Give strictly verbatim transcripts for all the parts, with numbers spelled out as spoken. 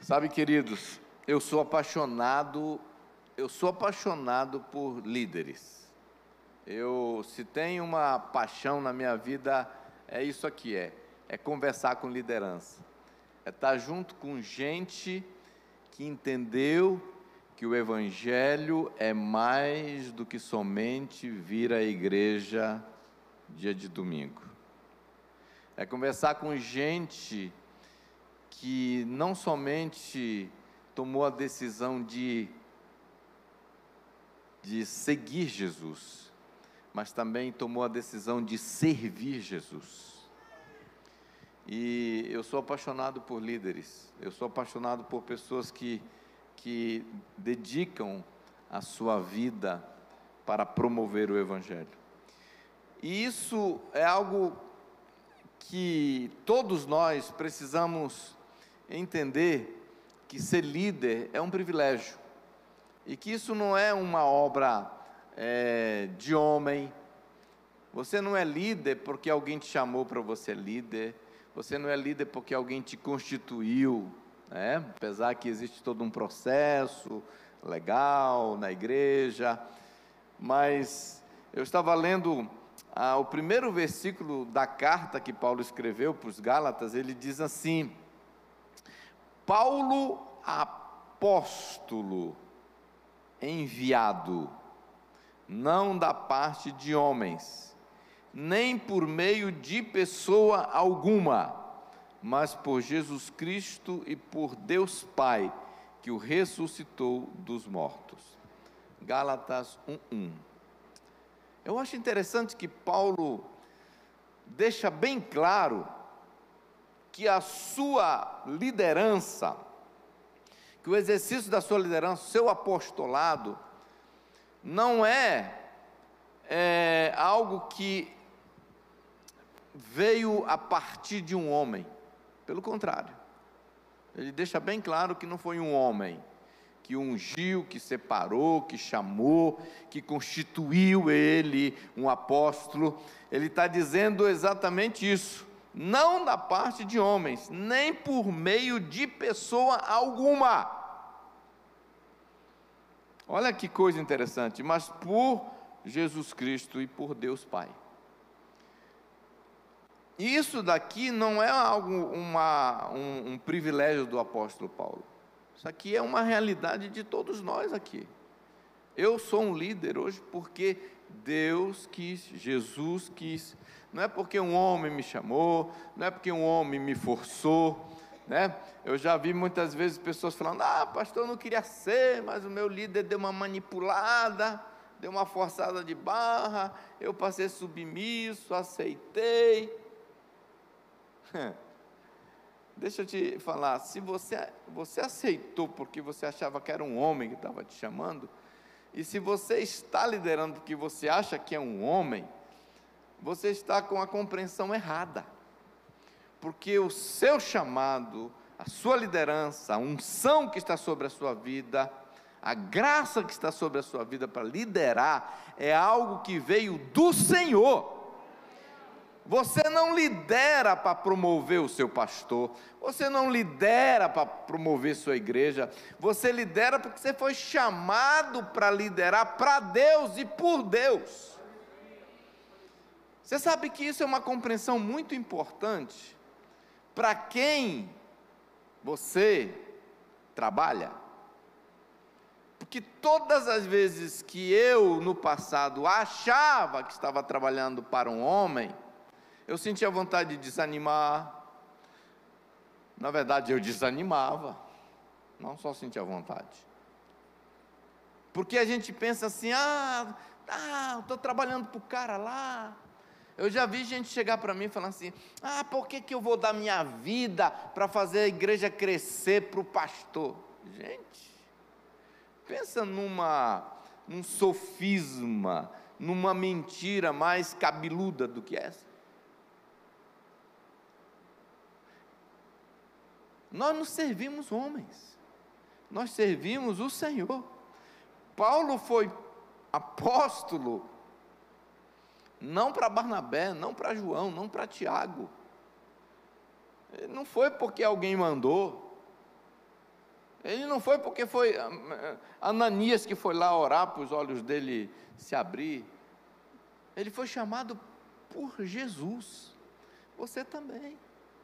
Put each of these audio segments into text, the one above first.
Sabe, queridos, eu sou apaixonado, eu sou apaixonado por líderes. Eu, se tem uma paixão na minha vida, é isso aqui, é, é conversar com liderança. É estar junto com gente que entendeu que o Evangelho é mais do que somente vir à igreja dia de domingo. É conversar com gente que não somente tomou a decisão de, de seguir Jesus, mas também tomou a decisão de servir Jesus. E eu sou apaixonado por líderes, eu sou apaixonado por pessoas que, que dedicam a sua vida para promover o Evangelho. E isso é algo que todos nós precisamos entender, que ser líder é um privilégio, e que isso não é uma obra é, de homem. Você não é líder porque alguém te chamou para você ser líder, você não é líder porque alguém te constituiu, né? Apesar que existe todo um processo legal na igreja, mas eu estava lendo ah, o primeiro versículo da carta que Paulo escreveu para os Gálatas. Ele diz assim: Paulo, apóstolo, enviado, não da parte de homens, nem por meio de pessoa alguma, mas por Jesus Cristo e por Deus Pai, que o ressuscitou dos mortos. Gálatas um, um. Eu acho interessante que Paulo deixa bem claro que a sua liderança, que o exercício da sua liderança, o seu apostolado, não é, é algo que veio a partir de um homem. Pelo contrário, ele deixa bem claro que não foi um homem que ungiu, que separou, que chamou, que constituiu ele um apóstolo. Ele está dizendo exatamente isso: não da parte de homens, nem por meio de pessoa alguma. Olha que coisa interessante, mas por Jesus Cristo e por Deus Pai. Isso daqui não é algo, uma, um, um privilégio do apóstolo Paulo. Isso aqui é uma realidade de todos nós aqui. Eu sou um líder hoje porque Deus quis, Jesus quis. Não é porque um homem me chamou, não é porque um homem me forçou, né? Eu já vi muitas vezes pessoas falando: ah, pastor, eu não queria ser, mas o meu líder deu uma manipulada, deu uma forçada de barra, eu passei submisso, aceitei. Deixa eu te falar, se você, você aceitou porque você achava que era um homem que estava te chamando, e se você está liderando porque você acha que é um homem, você está com a compreensão errada, porque o seu chamado, a sua liderança, a unção que está sobre a sua vida, a graça que está sobre a sua vida para liderar, é algo que veio do Senhor. Você não lidera para promover o seu pastor, você não lidera para promover sua igreja, você lidera porque você foi chamado para liderar para Deus e por Deus. Você sabe que isso é uma compreensão muito importante para quem você trabalha, porque todas as vezes que eu no passado achava que estava trabalhando para um homem, eu sentia vontade de desanimar. Na verdade, eu desanimava, não só sentia vontade, porque a gente pensa assim: ah, ah estou trabalhando para o cara lá. Eu já vi gente chegar para mim e falar assim: ah, por que, que eu vou dar minha vida para fazer a igreja crescer para o pastor? Gente, pensa numa, num sofisma, numa mentira mais cabeluda do que essa. Nós não servimos homens, nós servimos o Senhor. Paulo foi apóstolo não para Barnabé, não para João, não para Tiago. Ele não foi porque alguém mandou. Ele não foi porque foi Ananias que foi lá orar para os olhos dele se abrir. Ele foi chamado por Jesus. Você também.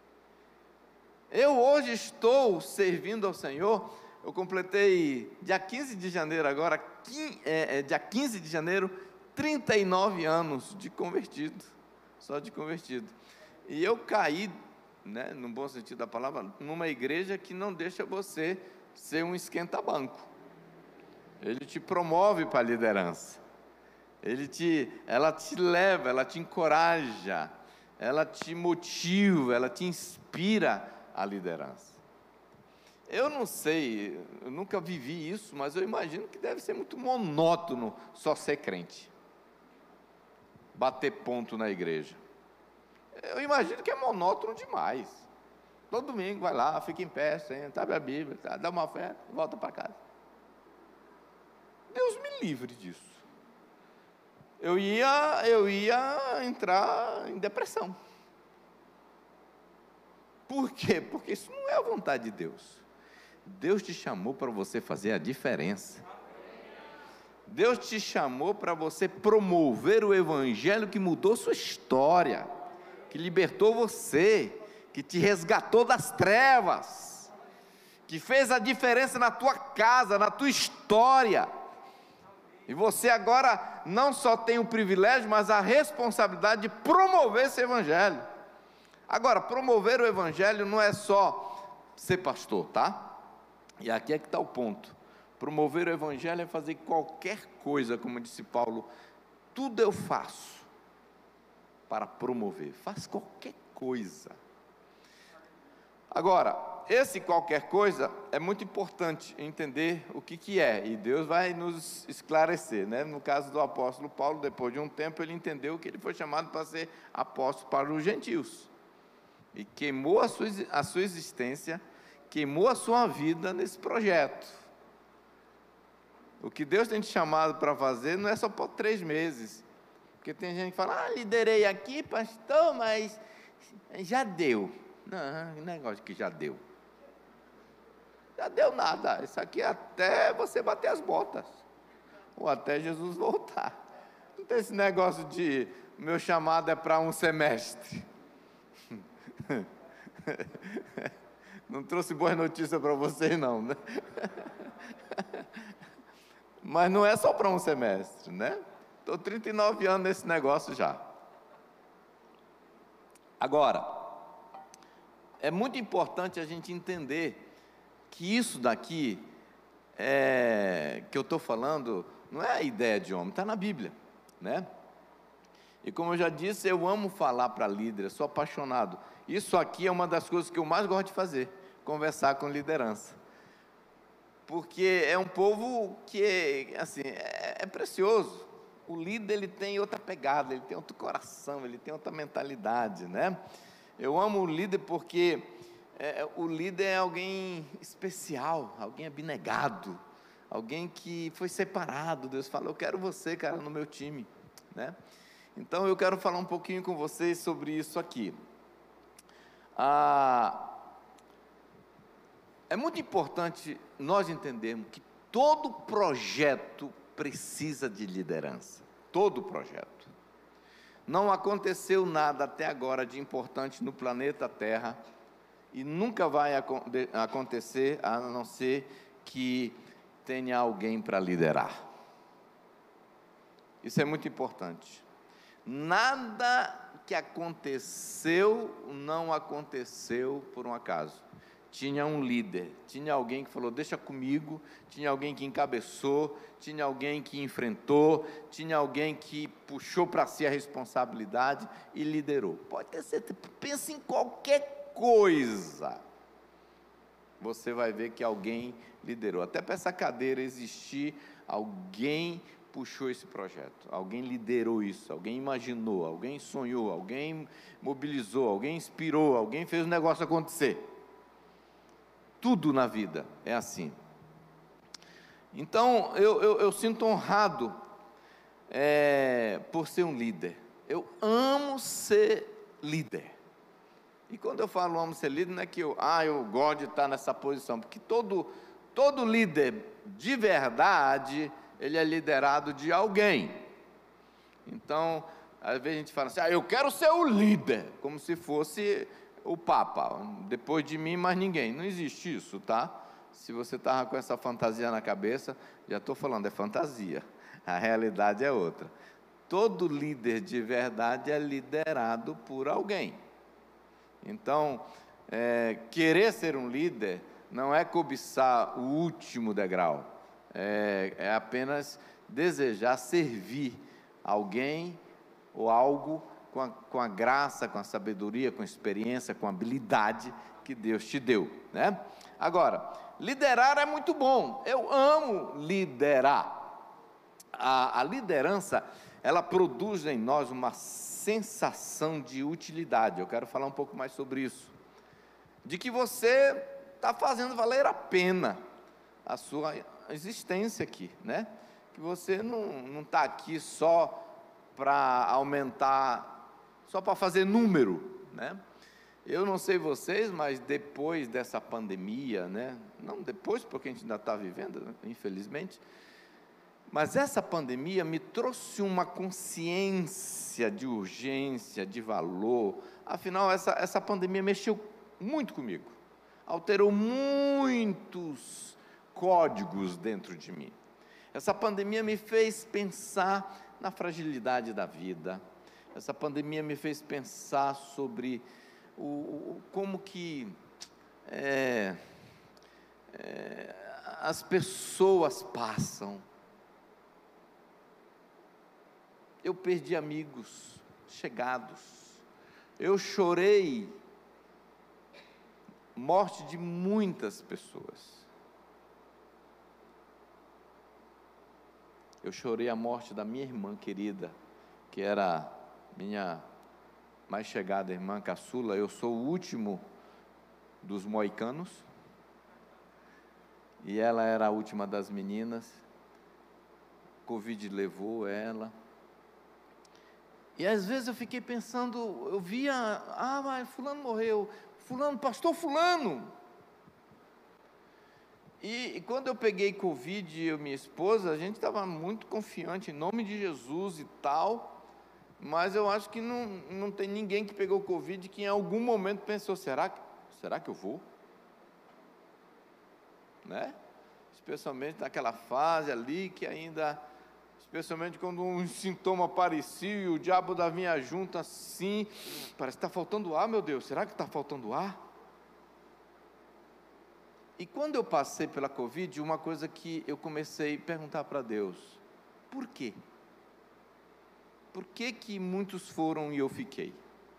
Eu hoje estou servindo ao Senhor. Eu completei dia quinze de janeiro agora, é, é, dia quinze de janeiro, trinta e nove anos de convertido, só de convertido. E eu caí, né, no bom sentido da palavra, numa igreja que não deixa você ser um esquenta-banco. Ele te promove para a liderança. Ele te, ela te leva, ela te encoraja, ela te motiva, ela te inspira à liderança. Eu não sei, eu nunca vivi isso, mas eu imagino que deve ser muito monótono só ser crente. Bater ponto na igreja. Eu imagino que é monótono demais. Todo domingo vai lá, fica em pé, senta, abre a Bíblia, dá uma fé, volta para casa. Deus me livre disso. Eu ia, eu ia entrar em depressão. Por quê? Porque isso não é a vontade de Deus. Deus te chamou para você fazer a diferença. Deus te chamou para você promover o evangelho que mudou sua história, que libertou você, que te resgatou das trevas, que fez a diferença na tua casa, na tua história. E você agora não só tem o privilégio, mas a responsabilidade de promover esse evangelho. Agora, promover o evangelho não é só ser pastor, tá? E aqui é que está o ponto. Promover o evangelho é fazer qualquer coisa, como disse Paulo, tudo eu faço para promover, faz qualquer coisa. Agora, esse qualquer coisa é muito importante entender o que que é, e Deus vai nos esclarecer, né? No caso do apóstolo Paulo, depois de um tempo, ele entendeu que ele foi chamado para ser apóstolo para os gentios, e queimou a sua, a sua existência, queimou a sua vida nesse projeto. O que Deus tem te chamado para fazer não é só por três meses, porque tem gente que fala, ah, liderei aqui, pastor, mas já deu. Não, negócio que já deu. Já deu nada, isso aqui é até você bater as botas, ou até Jesus voltar. Não tem esse negócio de, meu chamado é para um semestre. Não trouxe boas notícias para vocês não, né? Mas não é só para um semestre, né? Estou trinta e nove anos nesse negócio já. Agora, é muito importante a gente entender que isso daqui, é, que eu estou falando, não é a ideia de homem, está na Bíblia, né? E como eu já disse, eu amo falar para líderes, sou apaixonado. Isso aqui é uma das coisas que eu mais gosto de fazer, conversar com liderança. Porque é um povo que, assim, é, é precioso. O líder, ele tem outra pegada, ele tem outro coração, ele tem outra mentalidade, né? Eu amo o líder porque é, o líder é alguém especial, alguém abnegado, alguém que foi separado. Deus fala, eu quero você, cara, no meu time, né? Então, eu quero falar um pouquinho com vocês sobre isso aqui. Ah, é muito importante nós entendermos que todo projeto precisa de liderança. Todo projeto. Não aconteceu nada até agora de importante no planeta Terra e nunca vai acontecer a não ser que tenha alguém para liderar. Isso é muito importante. Nada que aconteceu não aconteceu por um acaso. Tinha um líder, tinha alguém que falou, deixa comigo, tinha alguém que encabeçou, tinha alguém que enfrentou, tinha alguém que puxou para si a responsabilidade e liderou. Pode ter certeza, pensa em qualquer coisa, você vai ver que alguém liderou. Até para essa cadeira existir, alguém puxou esse projeto, alguém liderou isso, alguém imaginou, alguém sonhou, alguém mobilizou, alguém inspirou, alguém fez o negócio acontecer. Tudo na vida é assim. Então, eu, eu, eu sinto honrado é, por ser um líder. Eu amo ser líder. E quando eu falo amo ser líder, não é que eu, ah, eu gosto de estar nessa posição, porque todo, todo líder de verdade, ele é liderado de alguém. Então, às vezes a gente fala assim, ah, eu quero ser o líder, como se fosse o Papa, depois de mim mais ninguém. Não existe isso, tá? Se você estava com essa fantasia na cabeça, já estou falando, é fantasia, a realidade é outra. Todo líder de verdade é liderado por alguém. Então, é, querer ser um líder não é cobiçar o último degrau, é, é apenas desejar servir alguém ou algo com a, com a graça, com a sabedoria, com a experiência, com a habilidade que Deus te deu, né? Agora, liderar é muito bom, eu amo liderar. A, a liderança, ela produz em nós uma sensação de utilidade. Eu quero falar um pouco mais sobre isso, de que você está fazendo valer a pena a sua existência aqui, né? Que você não está aqui só para aumentar, só para fazer número, né? Eu não sei vocês, mas depois dessa pandemia, né? Não depois, porque a gente ainda está vivendo, né? Infelizmente, mas essa pandemia me trouxe uma consciência de urgência, de valor. Afinal, essa, essa pandemia mexeu muito comigo, alterou muitos códigos dentro de mim. Essa pandemia me fez pensar na fragilidade da vida. Essa pandemia me fez pensar sobre o, o como que é, é, as pessoas passam. Eu perdi amigos chegados, eu chorei morte de muitas pessoas. Eu chorei a morte da minha irmã querida, que era minha mais chegada irmã caçula. Eu sou o último dos moicanos, e ela era a última das meninas. Covid levou ela. E às vezes eu fiquei pensando, eu via, ah, mas fulano morreu, fulano, pastor fulano. E, e quando eu peguei Covid, eu e minha esposa, a gente estava muito confiante, em nome de Jesus e tal, mas eu acho que não, não tem ninguém que pegou Covid que em algum momento pensou, será, será que eu vou? Né? Especialmente naquela fase ali que ainda... especialmente quando um sintoma aparecia e o diabo da vinha junto assim, parece que está faltando ar, meu Deus, será que está faltando ar? E quando eu passei pela Covid, uma coisa que eu comecei a perguntar para Deus, por quê? Por que que muitos foram e eu fiquei?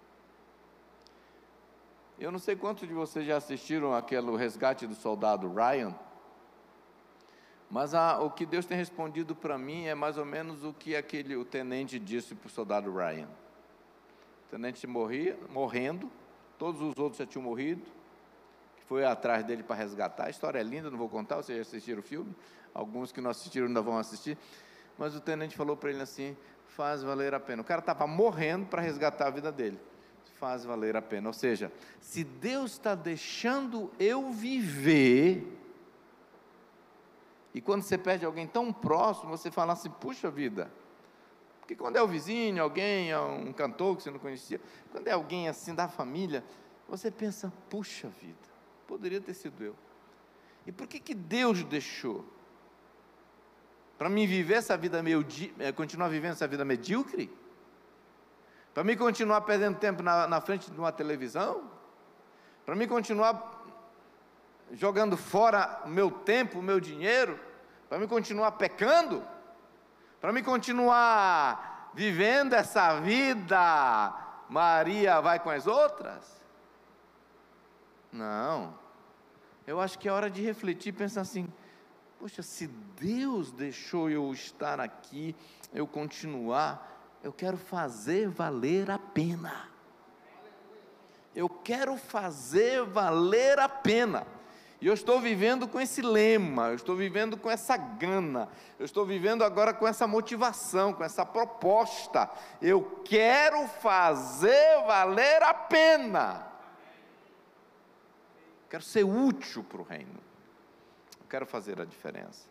Eu não sei quantos de vocês já assistiram aquele Resgate do Soldado Ryan, mas a, o que Deus tem respondido para mim é mais ou menos o que aquele, o tenente disse para o soldado Ryan. O tenente morria, morrendo, todos os outros já tinham morrido, que foi atrás dele para resgatar. A história é linda, não vou contar, vocês já assistiram o filme, alguns que não assistiram ainda vão assistir, mas o tenente falou para ele assim, faz valer a pena. O cara estava morrendo para resgatar a vida dele, faz valer a pena. Ou seja, se Deus está deixando eu viver... E quando você perde alguém tão próximo, você fala assim, puxa vida, porque quando é o vizinho, alguém, é um cantor que você não conhecia, quando é alguém assim da família, você pensa, puxa vida, poderia ter sido eu. E por que que Deus deixou? Para mim viver essa vida medíocre, continuar vivendo essa vida medíocre? Para mim continuar perdendo tempo na, na frente de uma televisão? Para mim continuar jogando fora o meu tempo, o meu dinheiro, para me continuar pecando, para me continuar vivendo essa vida, Maria vai com as outras? Não, eu acho que é hora de refletir e pensar assim, poxa, se Deus deixou eu estar aqui, eu continuar, eu quero fazer valer a pena, eu quero fazer valer a pena. E eu estou vivendo com esse lema, eu estou vivendo com essa gana, eu estou vivendo agora com essa motivação, com essa proposta. Eu quero fazer valer a pena. Quero ser útil para o reino. quero fazer a diferença.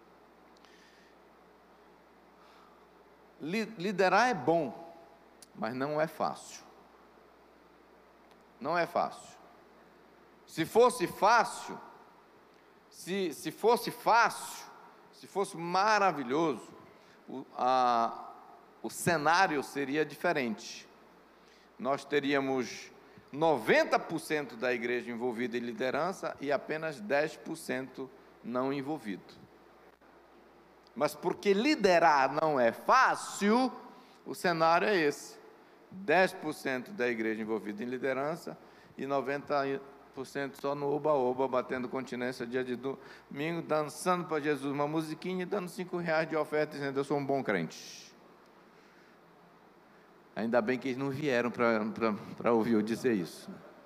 Liderar é bom, mas não é fácil. Não é fácil. Se fosse fácil, se, se fosse fácil, se fosse maravilhoso, o, a, o cenário seria diferente. Nós teríamos noventa por cento da igreja envolvida em liderança e apenas dez por cento não envolvido. Mas porque liderar não é fácil, o cenário é esse: dez por cento da igreja envolvida em liderança e noventa por cento só no oba-oba, batendo continência dia de domingo, dançando para Jesus uma musiquinha e dando cinco reais de oferta, dizendo: eu sou um bom crente. Ainda bem que eles não vieram para ouvir eu dizer isso.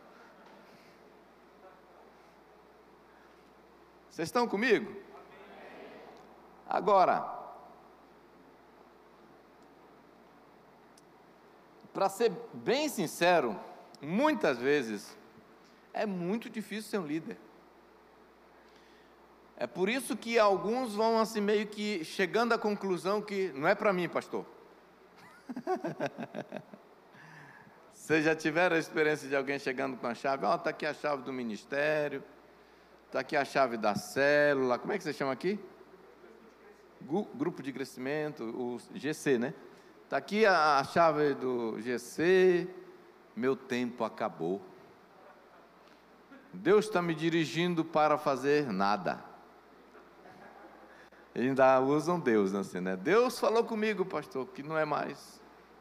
Vocês estão comigo? Agora, para ser bem sincero, muitas vezes é muito difícil ser um líder. É por isso que alguns vão assim meio que chegando à conclusão que não é para mim, pastor. Vocês já tiveram a experiência de alguém chegando com a chave? Ó, oh, está aqui a chave do ministério, está aqui a chave da célula, como é que você chama aqui? Grupo de crescimento, o G C, né? Está aqui a chave do G C, meu tempo acabou. Deus está me dirigindo para fazer nada. Eles ainda usam Deus assim, né? Deus falou comigo, pastor, que não é mais.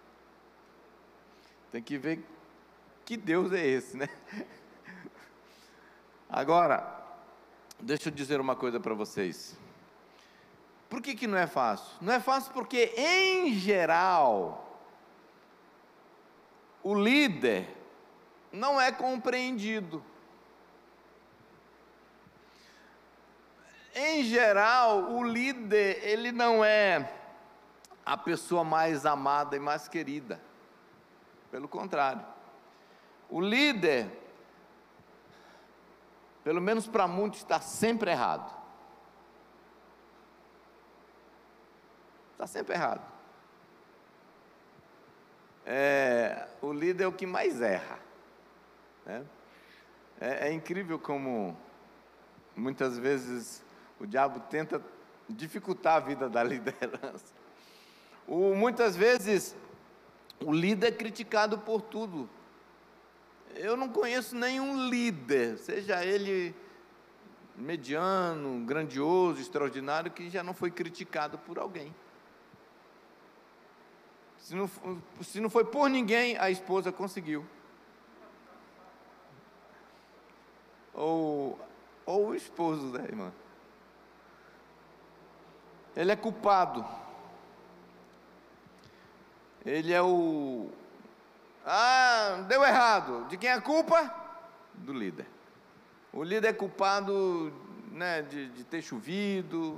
Tem que ver que Deus é esse, né? Agora, deixa eu dizer uma coisa para vocês. Por que que não é fácil? Não é fácil porque, em geral, o líder não é compreendido. Em geral, o líder, ele não é a pessoa mais amada e mais querida. Pelo contrário. O líder, pelo menos para muitos, está sempre errado. Está sempre errado. É, o líder é o que mais erra, né? É, é incrível como muitas vezes o diabo tenta dificultar a vida da liderança. O, muitas vezes o líder é criticado por tudo. Eu não conheço nenhum líder, seja ele mediano, grandioso, extraordinário, que já não foi criticado por alguém. Se não, se não foi por ninguém, a esposa conseguiu. Ou, ou o esposo, né, irmã? Ele é culpado. Ele é o... Ah, deu errado. De quem é a culpa? Do líder. O líder é culpado, né, de, de ter chovido.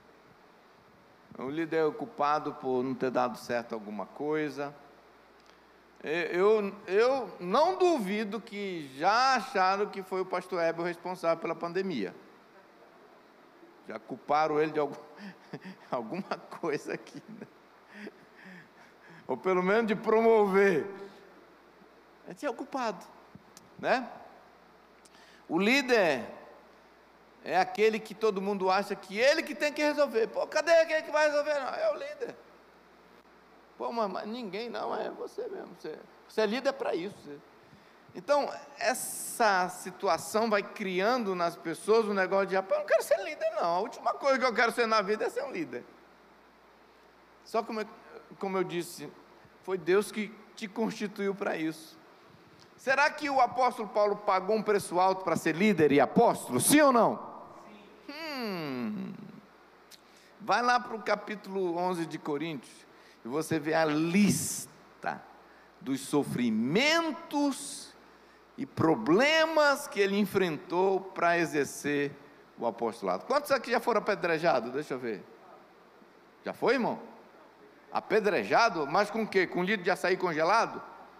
O líder é culpado por não ter dado certo alguma coisa. Eu, eu não duvido que já acharam que foi o pastor Heber responsável pela pandemia. Já culparam ele de algum, alguma coisa aqui, né? Ou pelo menos de promover. Esse é o culpado, né? O líder é aquele que todo mundo acha que ele que tem que resolver. Pô, cadê quem que vai resolver? Não, é o líder. Pô, mas, mas ninguém não, é você mesmo. Você, você é líder para isso. Você. Então, essa situação vai criando nas pessoas um negócio de, eu não quero ser líder não, a última coisa que eu quero ser na vida é ser um líder. Só como eu, como eu disse, foi Deus que te constituiu para isso. Será que o apóstolo Paulo pagou um preço alto para ser líder e apóstolo? Sim ou não? Sim. Hum, vai lá para o capítulo onze de Coríntios e você vê a lista dos sofrimentos e problemas que ele enfrentou para exercer o apostolado. Quantos aqui já foram apedrejados? Deixa eu ver. Já foi, irmão? Apedrejado? Mas com o quê? Com litro de açaí congelado?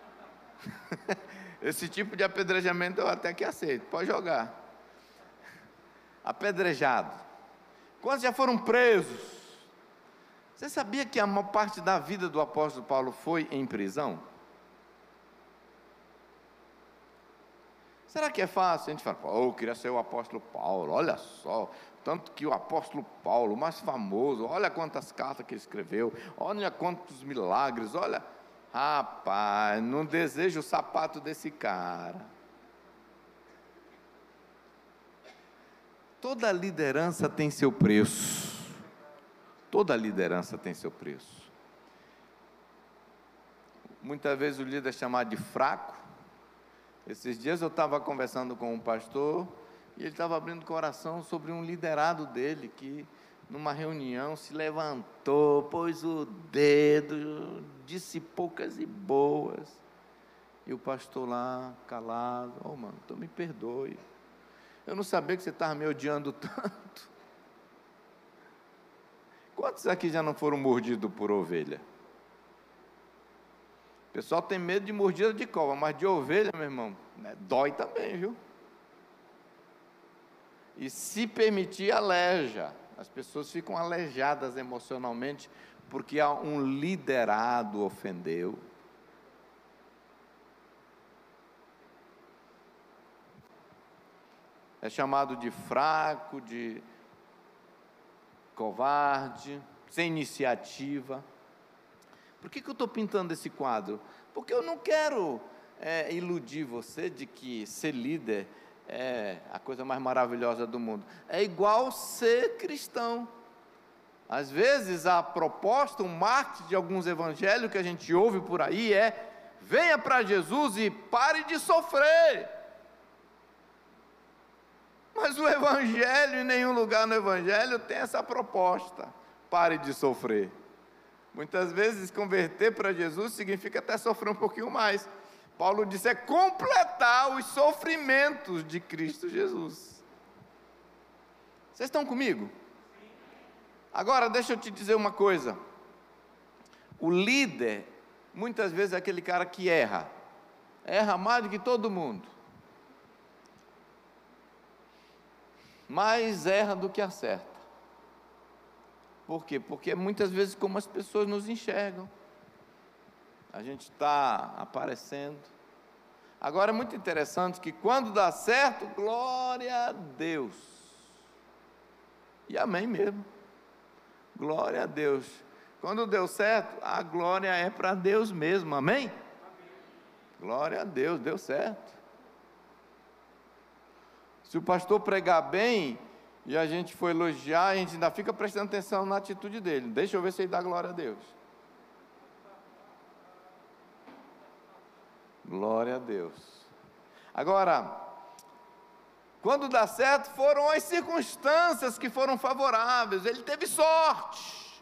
Esse tipo de apedrejamento eu até que aceito, pode jogar. Apedrejado. Quantos já foram presos? Você sabia que a maior parte da vida do apóstolo Paulo foi em prisão? Será que é fácil? A gente fala, oh, eu queria ser o apóstolo Paulo, olha só, tanto que o apóstolo Paulo, o mais famoso, olha quantas cartas que ele escreveu, olha quantos milagres, olha, rapaz, não desejo o sapato desse cara. Toda liderança tem seu preço, toda liderança tem seu preço. Muitas vezes o líder é chamado de fraco. Esses dias eu estava conversando com um pastor, e ele estava abrindo o coração sobre um liderado dele, que numa reunião se levantou, pôs o dedo, disse poucas e boas, e o pastor lá, calado, oh mano, então me perdoe, eu não sabia que você estava me odiando tanto. Quantos aqui já não foram mordidos por ovelha? O pessoal tem medo de mordida de cobra, mas de ovelha, meu irmão, né, dói também, viu? E se permitir, aleja. As pessoas ficam aleijadas emocionalmente, porque um liderado ofendeu. É chamado de fraco, de covarde, sem iniciativa. Por que que eu estou pintando esse quadro? Porque eu não quero é, iludir você de que ser líder é a coisa mais maravilhosa do mundo. É igual ser cristão. Às vezes a proposta, o marketing de alguns evangelhos que a gente ouve por aí é: venha para Jesus e pare de sofrer. Mas o evangelho, em nenhum lugar no evangelho tem essa proposta: pare de sofrer. Muitas vezes converter para Jesus significa até sofrer um pouquinho mais. Paulo disse, é completar os sofrimentos de Cristo Jesus. Vocês estão comigo? Agora, deixa eu te dizer uma coisa. O líder, muitas vezes, é aquele cara que erra. Erra mais do que todo mundo. Mais erra do que acerta. Por quê? Porque muitas vezes como as pessoas nos enxergam. A gente está aparecendo. Agora é muito interessante que quando dá certo, glória a Deus. E amém mesmo. Glória a Deus. Quando deu certo, a glória é para Deus mesmo, amém? Amém? Glória a Deus, deu certo. Se o pastor pregar bem e a gente for elogiar, a gente ainda fica prestando atenção na atitude dele. Deixa eu ver se ele dá glória a Deus. Glória a Deus. Agora, quando dá certo, foram as circunstâncias que foram favoráveis. Ele teve sorte.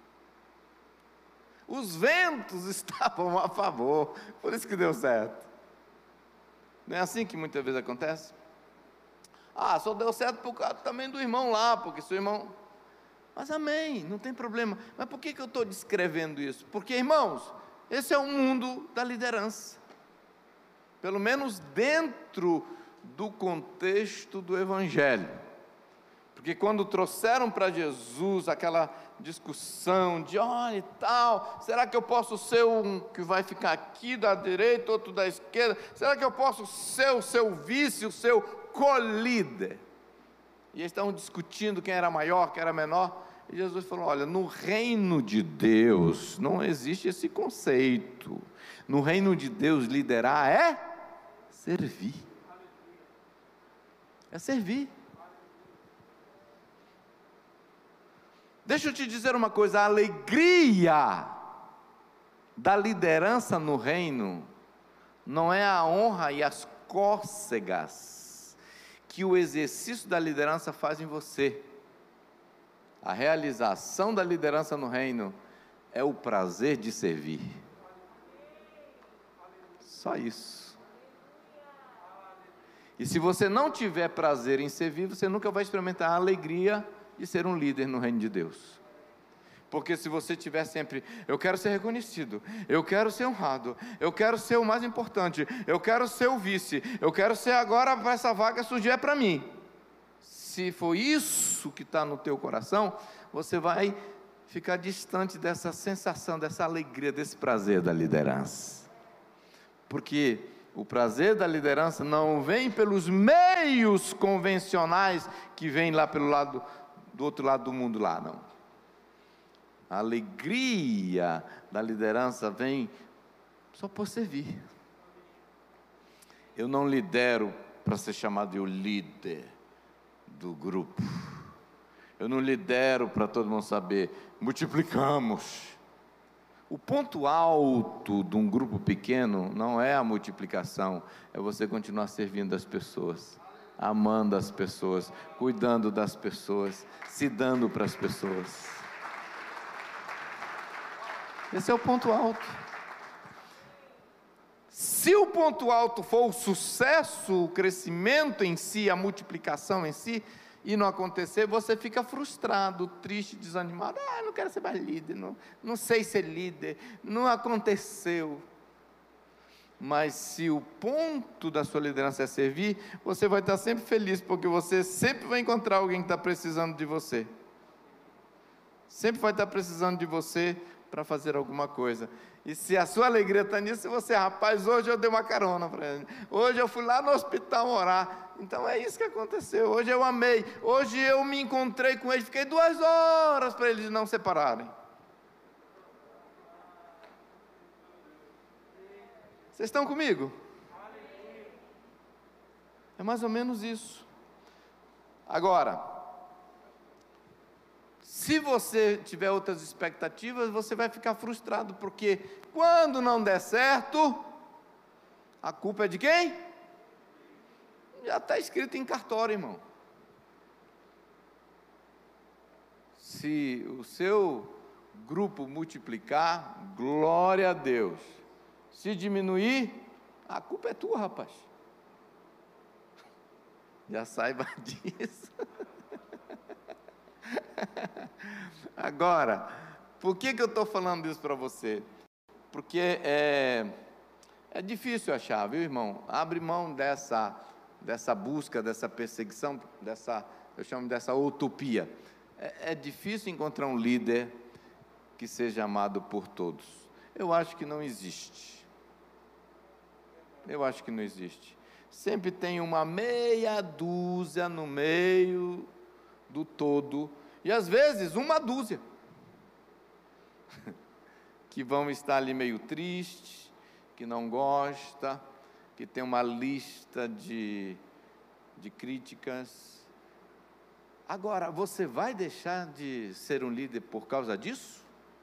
Os ventos estavam a favor. Por isso que deu certo. Não é assim que muitas vezes acontece? Ah, só deu certo por causa também do irmão lá, porque seu irmão... Mas amém, não tem problema. Mas por que que eu estou descrevendo isso? Porque, irmãos, esse é o mundo da liderança. Pelo menos dentro do contexto do Evangelho. Porque quando trouxeram para Jesus aquela discussão de, olha e tal, será que eu posso ser um que vai ficar aqui da direita, outro da esquerda? Será que eu posso ser o seu vice, o seu co-líder? E eles estavam discutindo quem era maior, quem era menor. E Jesus falou, olha, no reino de Deus não existe esse conceito. No reino de Deus, liderar é servir. É servir. Deixa eu te dizer uma coisa, a alegria da liderança no reino não é a honra e as cócegas que o exercício da liderança faz em você. A realização da liderança no reino é o prazer de servir. Só isso. E se você não tiver prazer em servir, você nunca vai experimentar a alegria de ser um líder no reino de Deus. Porque se você tiver sempre, eu quero ser reconhecido, eu quero ser honrado, eu quero ser o mais importante, eu quero ser o vice, eu quero ser agora, essa vaga surgir é para mim. Se for isso, isso que está no teu coração, você vai ficar distante dessa sensação, dessa alegria, desse prazer da liderança. Porque o prazer da liderança não vem pelos meios convencionais que vêm lá pelo lado, do outro lado do mundo lá, não. A alegria da liderança vem só por servir. Eu não lidero para ser chamado de o líder do grupo. Eu não lidero para todo mundo saber, multiplicamos. O ponto alto de um grupo pequeno não é a multiplicação, é você continuar servindo as pessoas, amando as pessoas, cuidando das pessoas, se dando para as pessoas. Esse é o ponto alto. Se o ponto alto for o sucesso, o crescimento em si, a multiplicação em si, e não acontecer, você fica frustrado, triste, desanimado. Ah, não quero ser mais líder, não, não sei ser líder, não aconteceu. Mas se o ponto da sua liderança é servir, você vai estar sempre feliz, porque você sempre vai encontrar alguém que está precisando de você. Sempre vai estar precisando de você para fazer alguma coisa. E se a sua alegria está nisso, você, rapaz, hoje eu dei uma carona para ele, hoje eu fui lá no hospital orar, então é isso que aconteceu, hoje eu amei, hoje eu me encontrei com ele, fiquei duas horas para eles não separarem. Vocês estão comigo? É mais ou menos isso. Agora, se você tiver outras expectativas, você vai ficar frustrado, porque quando não der certo, a culpa é de quem? Já está escrito em cartório, irmão. Se o seu grupo multiplicar, glória a Deus. Se diminuir, a culpa é tua, rapaz. Já saiba disso. Agora, por que que eu estou falando isso para você? Porque é, é difícil achar, viu, irmão? Abre mão dessa, dessa busca, dessa perseguição, dessa, eu chamo dessa utopia. É, é difícil encontrar um líder que seja amado por todos. Eu acho que não existe. Eu acho que não existe. Sempre tem uma meia dúzia no meio do todo, e às vezes uma dúzia, que vão estar ali meio triste, que não gosta, que tem uma lista de, de críticas. Agora, você vai deixar de ser um líder por causa disso?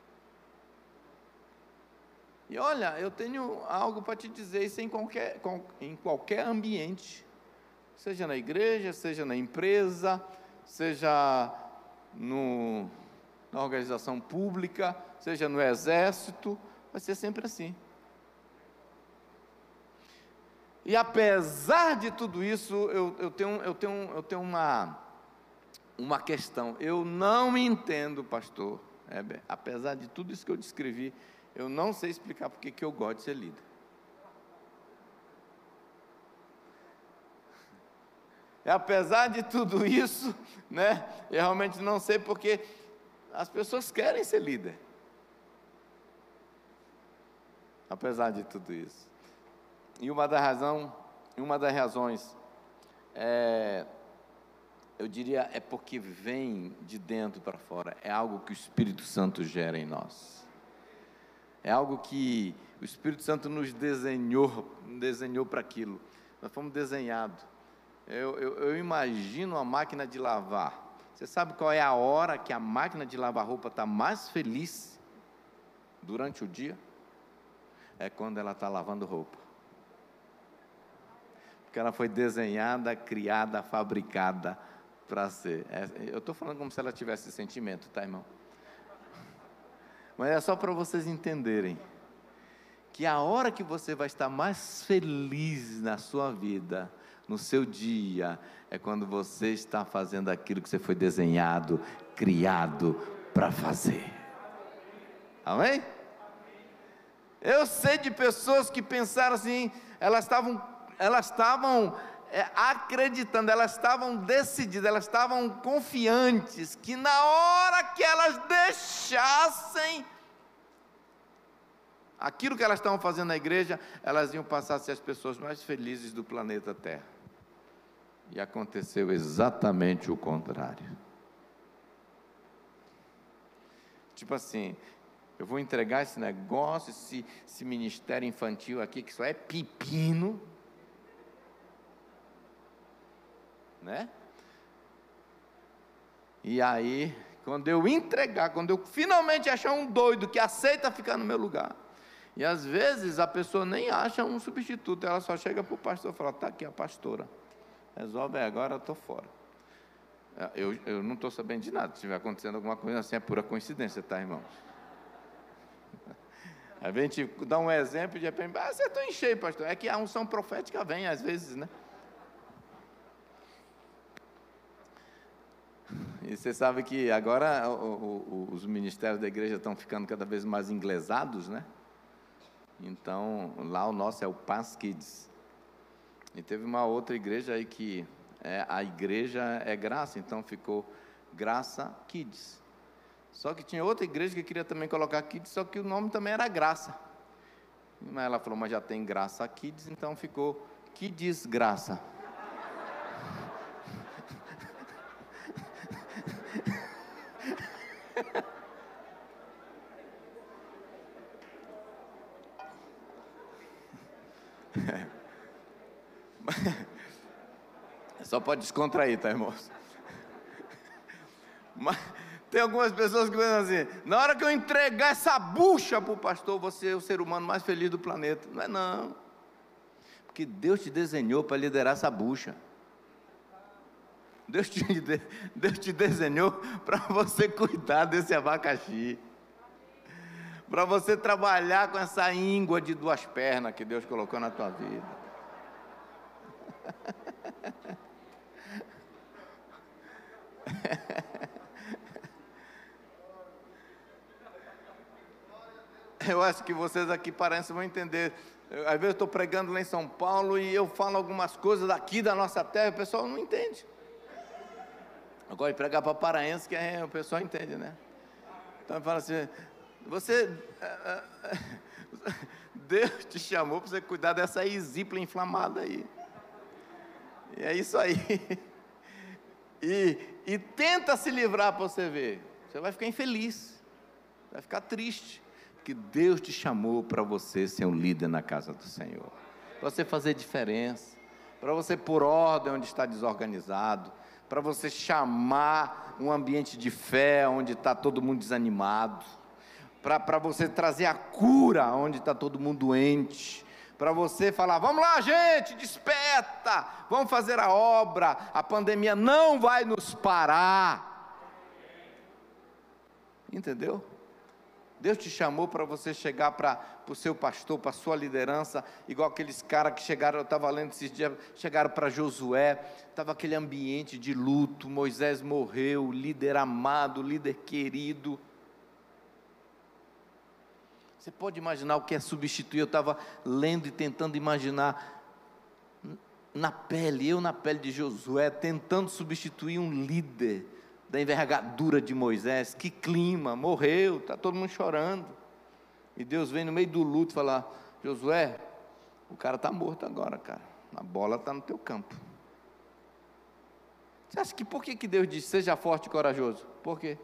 E olha, eu tenho algo para te dizer, isso em qualquer, em qualquer ambiente, seja na igreja, seja na empresa, seja no, na organização pública, seja no exército, vai ser sempre assim. E apesar de tudo isso, eu, eu tenho, eu tenho, eu tenho uma, uma questão. Eu não entendo, pastor Heber, apesar de tudo isso que eu descrevi, eu não sei explicar porque que eu gosto de ser líder. E apesar de tudo isso, né, eu realmente não sei porque as pessoas querem ser líder. Apesar de tudo isso. E uma das razão, uma das razões, é, eu diria, é porque vem de dentro para fora. É algo que o Espírito Santo gera em nós. É algo que o Espírito Santo nos desenhou, desenhou para aquilo. Nós fomos desenhados. Eu, eu, eu imagino a máquina de lavar. Você sabe qual é a hora que a máquina de lavar roupa está mais feliz durante o dia? É quando ela está lavando roupa. Porque ela foi desenhada, criada, fabricada para ser. É, eu estou falando como se ela tivesse sentimento, tá, irmão? Mas é só para vocês entenderem que a hora que você vai estar mais feliz na sua vida, no seu dia, é quando você está fazendo aquilo que você foi desenhado, criado para fazer. Amém? Eu sei de pessoas que pensaram assim, elas estavam, elas estavam é, acreditando, elas estavam decididas, elas estavam confiantes que na hora que elas deixassem aquilo que elas estavam fazendo na igreja, elas iam passar a ser as pessoas mais felizes do planeta Terra. E aconteceu exatamente o contrário. Tipo assim, eu vou entregar esse negócio, esse, esse ministério infantil aqui, que só é pepino, né? E aí, quando eu entregar, quando eu finalmente achar um doido que aceita ficar no meu lugar, e às vezes a pessoa nem acha um substituto, ela só chega para o pastor e fala, está aqui a pastora, resolve agora, eu estou fora. Eu, eu não estou sabendo de nada, se estiver acontecendo alguma coisa assim, é pura coincidência, tá, irmãos? Aí a gente dá um exemplo e de repente, ah, você está em cheio, pastor, é que a unção profética vem às vezes, né? E você sabe que agora o, o, os ministérios da igreja estão ficando cada vez mais inglesados, né? Então, lá o nosso é o Paz Kids. E teve uma outra igreja aí que é, a igreja é Graça, então ficou Graça Kids. Só que tinha outra igreja que queria também colocar Kids, só que o nome também era Graça. Mas ela falou, mas já tem Graça Kids, então ficou Kids Graça. Só pode descontrair, tá, irmãos? Mas tem algumas pessoas que pensam assim, na hora que eu entregar essa bucha para o pastor, você é o ser humano mais feliz do planeta. Não é não, porque Deus te desenhou para liderar essa bucha. Deus te, Deus te desenhou para você cuidar desse abacaxi, para você trabalhar com essa íngua de duas pernas que Deus colocou na tua vida. Eu acho que vocês aqui parecem vão entender. Eu, às vezes eu estou pregando lá em São Paulo e eu falo algumas coisas daqui da nossa terra, o pessoal não entende. Eu gosto de pregar para paraense, que é, o pessoal entende, né? Então eu falo assim, você, Deus te chamou para você cuidar dessa isípla inflamada aí. E é isso aí. E, e tenta se livrar para você ver. Você vai ficar infeliz, vai ficar triste. Porque Deus te chamou para você ser um líder na casa do Senhor. Para você fazer diferença. Para você pôr ordem onde está desorganizado. Para você chamar um ambiente de fé onde está todo mundo desanimado. Para você trazer a cura onde está todo mundo doente. Para você falar, vamos lá gente, desperta, vamos fazer a obra, a pandemia não vai nos parar. Entendeu? Deus te chamou para você chegar para o seu pastor, para a sua liderança, igual aqueles caras que chegaram, eu estava lendo esses dias, chegaram para Josué, estava aquele ambiente de luto, Moisés morreu, líder amado, líder querido. Você pode imaginar o que é substituir? Eu estava lendo e tentando imaginar, na pele, eu na pele de Josué, tentando substituir um líder, da envergadura de Moisés, que clima, morreu, está todo mundo chorando, e Deus vem no meio do luto falar, Josué, o cara está morto agora, cara, a bola está no teu campo. Você acha que por que, que Deus disse, seja forte e corajoso? Por quê?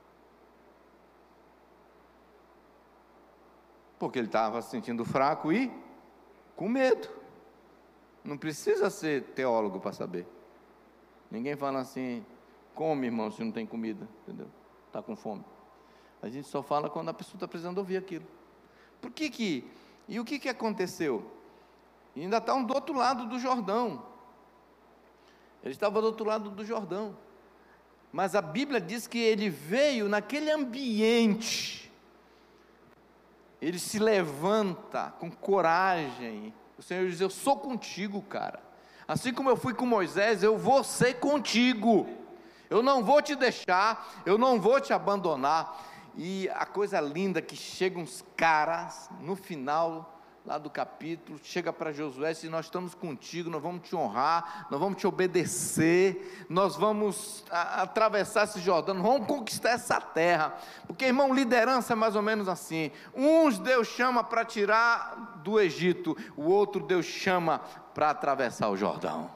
Porque ele estava se sentindo fraco e com medo. Não precisa ser teólogo para saber. Ninguém fala assim, come, irmão, se não tem comida, entendeu? Está com fome. A gente só fala quando a pessoa está precisando ouvir aquilo. Por que que, e o que que aconteceu? E ainda está um do outro lado do Jordão. Ele estava do outro lado do Jordão. Mas a Bíblia diz que ele veio naquele ambiente. Ele se levanta com coragem. O Senhor diz, eu sou contigo, cara. Assim como eu fui com Moisés, eu vou ser contigo. Eu não vou te deixar, eu não vou te abandonar. E a coisa linda é que chegam uns caras, no final, lá do capítulo, chega para Josué e diz: nós estamos contigo, nós vamos te honrar, nós vamos te obedecer, nós vamos a, atravessar esse Jordão, nós vamos conquistar essa terra, porque, irmão, liderança é mais ou menos assim, uns Deus chama para tirar do Egito, o outro Deus chama para atravessar o Jordão.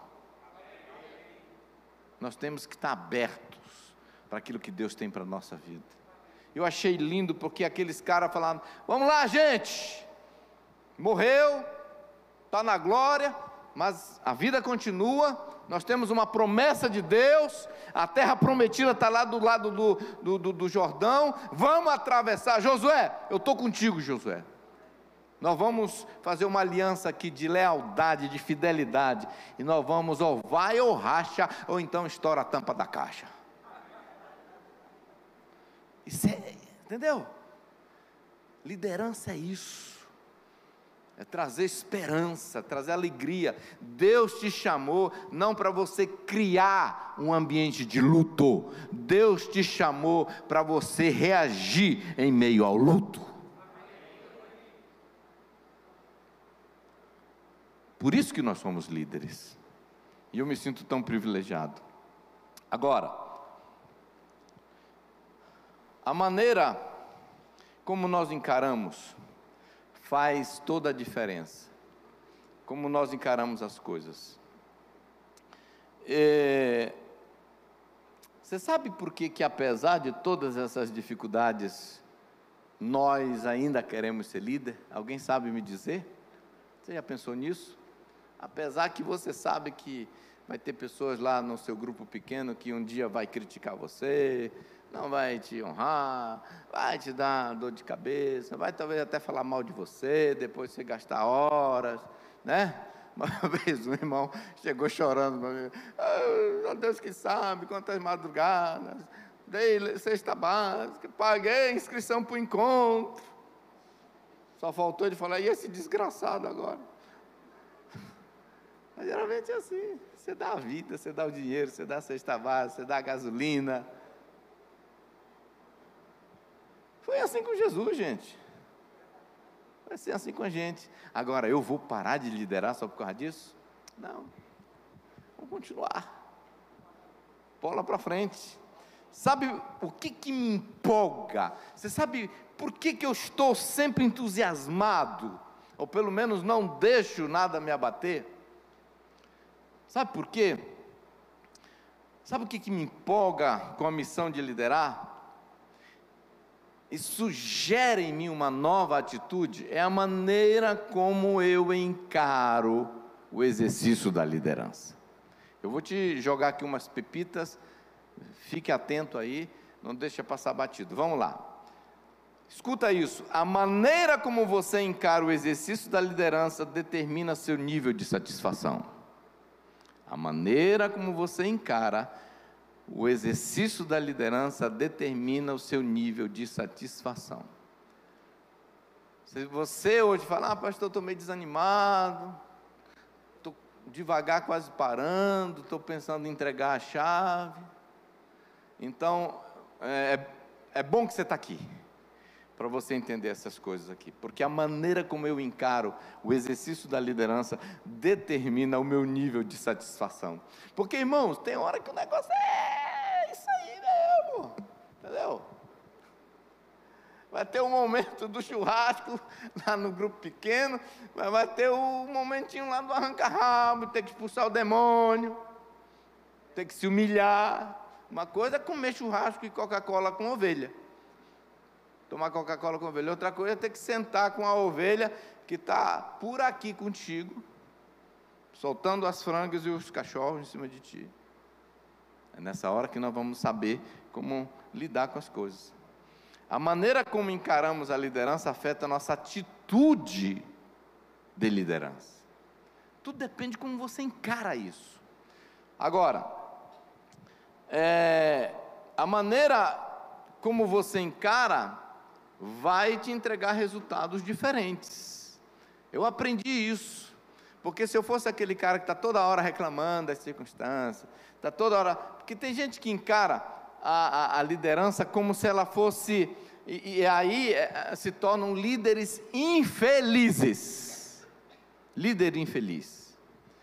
Nós temos que estar abertos para aquilo que Deus tem para a nossa vida. Eu achei lindo, porque aqueles caras falaram: vamos lá, gente, morreu, está na glória, mas a vida continua, nós temos uma promessa de Deus, a terra prometida está lá do lado do, do, do, do Jordão, vamos atravessar. Josué, eu estou contigo, Josué, nós vamos fazer uma aliança aqui de lealdade, de fidelidade, e nós vamos, ou vai ou racha, ou então estoura a tampa da caixa. Isso é, entendeu? Liderança é isso, é trazer esperança, trazer alegria. Deus te chamou não para você criar um ambiente de luto, Deus te chamou para você reagir em meio ao luto. Por isso que nós somos líderes, e eu me sinto tão privilegiado. Agora, a maneira como nós encaramos faz toda a diferença, como nós encaramos as coisas. É, você sabe por que que apesar de todas essas dificuldades, nós ainda queremos ser líder? Alguém sabe me dizer? Você já pensou nisso? Apesar que você sabe que vai ter pessoas lá no seu grupo pequeno que um dia vai criticar você, não vai te honrar, vai te dar dor de cabeça, vai talvez até falar mal de você, depois você gastar horas, né? Uma vez um irmão chegou chorando para mim: oh, Deus que sabe quantas madrugadas, dei cesta básica, paguei a inscrição para o encontro, só faltou ele falar: e esse desgraçado agora? Mas geralmente é assim, você dá a vida, você dá o dinheiro, você dá a cesta básica, você dá a gasolina. Foi assim com Jesus, gente. Vai ser assim com a gente. Agora, eu vou parar de liderar só por causa disso? Não. Vamos continuar. Bola para frente. Sabe o que que me empolga? Você sabe por que que eu estou sempre entusiasmado? Ou pelo menos não deixo nada me abater? Sabe por quê? Sabe o que que me empolga com a missão de liderar? Isso gera em mim uma nova atitude, é a maneira como eu encaro o exercício da liderança. Eu vou te jogar aqui umas pepitas, fique atento aí, não deixa passar batido. Vamos lá, escuta isso: a maneira como você encara o exercício da liderança determina seu nível de satisfação. A maneira como você encara o exercício da liderança determina o seu nível de satisfação. Se você hoje fala: ah, pastor, estou meio desanimado, estou devagar, quase parando, estou pensando em entregar a chave, então é, é bom que você está aqui, para você entender essas coisas aqui, porque a maneira como eu encaro o exercício da liderança determina o meu nível de satisfação. Porque, irmãos, tem hora que o negócio é isso aí mesmo, entendeu? Vai ter um momento do churrasco lá no grupo pequeno, mas vai ter um momentinho lá do arranca-rabo, ter que expulsar o demônio, ter que se humilhar. Uma coisa é comer churrasco e Coca-Cola com ovelha, tomar Coca-Cola com ovelha. Outra coisa é ter que sentar com a ovelha que está por aqui contigo, soltando as frangas e os cachorros em cima de ti. É nessa hora que nós vamos saber como lidar com as coisas. A maneira como encaramos a liderança afeta a nossa atitude de liderança. Tudo depende de como você encara isso. Agora, é, a maneira como você encara vai te entregar resultados diferentes. Eu aprendi isso, porque se eu fosse aquele cara que está toda hora reclamando das circunstâncias, está toda hora, porque tem gente que encara a, a, a liderança como se ela fosse, e, e aí é, se tornam líderes infelizes. Líder infeliz.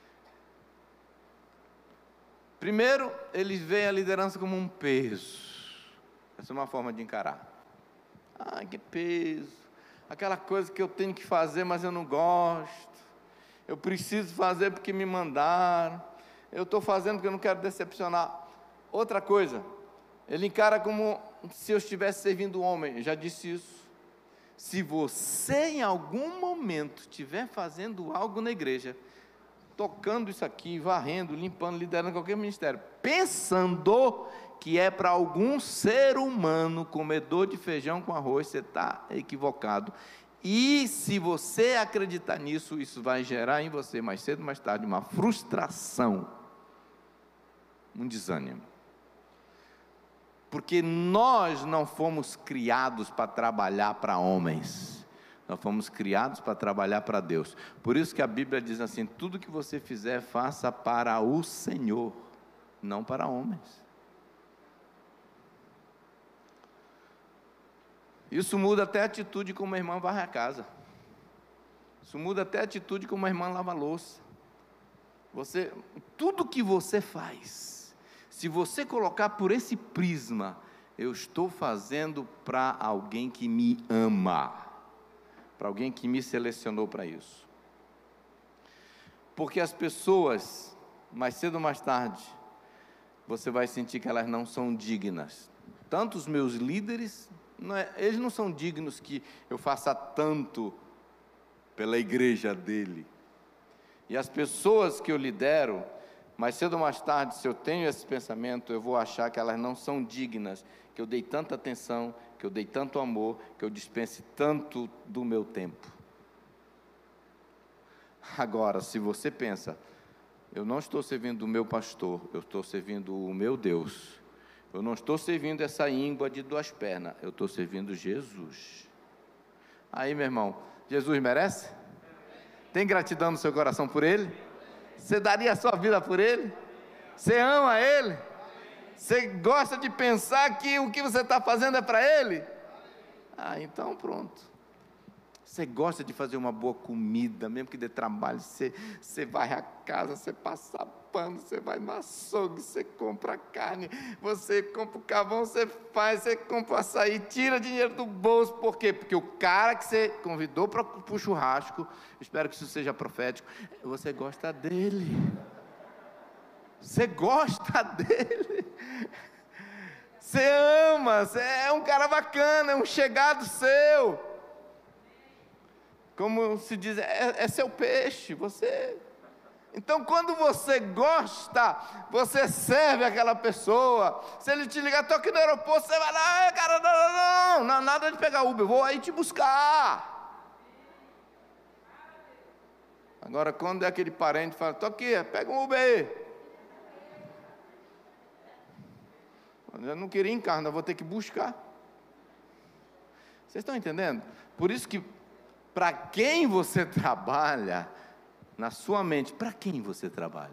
Primeiro, eles veem a liderança como um peso. Essa é uma forma de encarar. Ah, que peso. Aquela coisa que eu tenho que fazer, mas eu não gosto. Eu preciso fazer porque me mandaram. Eu estou fazendo porque eu não quero decepcionar. Outra coisa, ele encara como se eu estivesse servindo o homem. Eu já disse isso. Se você em algum momento estiver fazendo algo na igreja, tocando isso aqui, varrendo, limpando, liderando qualquer ministério, pensando que é para algum ser humano, comedor de feijão com arroz, você está equivocado. E se você acreditar nisso, isso vai gerar em você, mais cedo ou mais tarde, uma frustração, um desânimo. Porque nós não fomos criados para trabalhar para homens, nós fomos criados para trabalhar para Deus. Por isso que a Bíblia diz assim: tudo que você fizer, faça para o Senhor, não para homens. Isso muda até a atitude como a irmã varre a casa. Isso muda até a atitude como a irmã lava a louça. Você, tudo que você faz, se você colocar por esse prisma, eu estou fazendo para alguém que me ama, para alguém que me selecionou para isso. Porque as pessoas, mais cedo ou mais tarde, você vai sentir que elas não são dignas. Tanto os meus líderes, não é, eles não são dignos que eu faça tanto pela igreja dele. E as pessoas que eu lidero, mais cedo ou mais tarde, se eu tenho esse pensamento, eu vou achar que elas não são dignas, que eu dei tanta atenção, que eu dei tanto amor, que eu dispense tanto do meu tempo. Agora, se você pensa, eu não estou servindo o meu pastor, eu estou servindo o meu Deus, eu não estou servindo essa íngua de duas pernas, eu estou servindo Jesus. Aí, meu irmão, Jesus merece? Tem gratidão no seu coração por Ele? Você daria a sua vida por Ele? Você ama Ele? Você gosta de pensar que o que você está fazendo é para Ele? Ah, então pronto. Você gosta de fazer uma boa comida, mesmo que dê trabalho, você, você vai à casa, você passa pano, você vai no açougue, você compra carne, você compra o carvão, você faz, você compra o açaí, tira dinheiro do bolso. Por quê? Porque o cara que você convidou para o churrasco, espero que isso seja profético, você gosta dele. Você gosta dele. Você ama, você é um cara bacana, é um chegado seu. Como se diz, é, é seu peixe, você... Então, quando você gosta, você serve aquela pessoa. Se ele te ligar, estou aqui no aeroporto, você vai lá, ah, cara, não, não, não, não, nada de pegar Uber, eu vou aí te buscar. Agora, quando é aquele parente que fala, estou aqui, pega um Uber aí. Eu não queria ir em carro, eu vou ter que buscar. Vocês estão entendendo? Por isso que, para quem você trabalha, na sua mente, para quem você trabalha?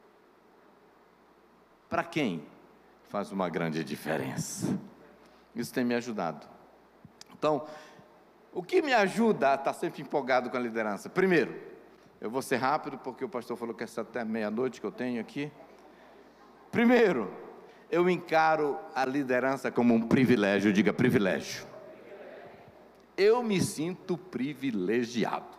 Para quem? Faz uma grande diferença. Isso tem me ajudado. Então, o que me ajuda a estar sempre empolgado com a liderança? Primeiro, eu vou ser rápido, porque o pastor falou que é até meia-noite que eu tenho aqui. Primeiro, eu encaro a liderança como um privilégio, diga privilégio. Eu me sinto privilegiado.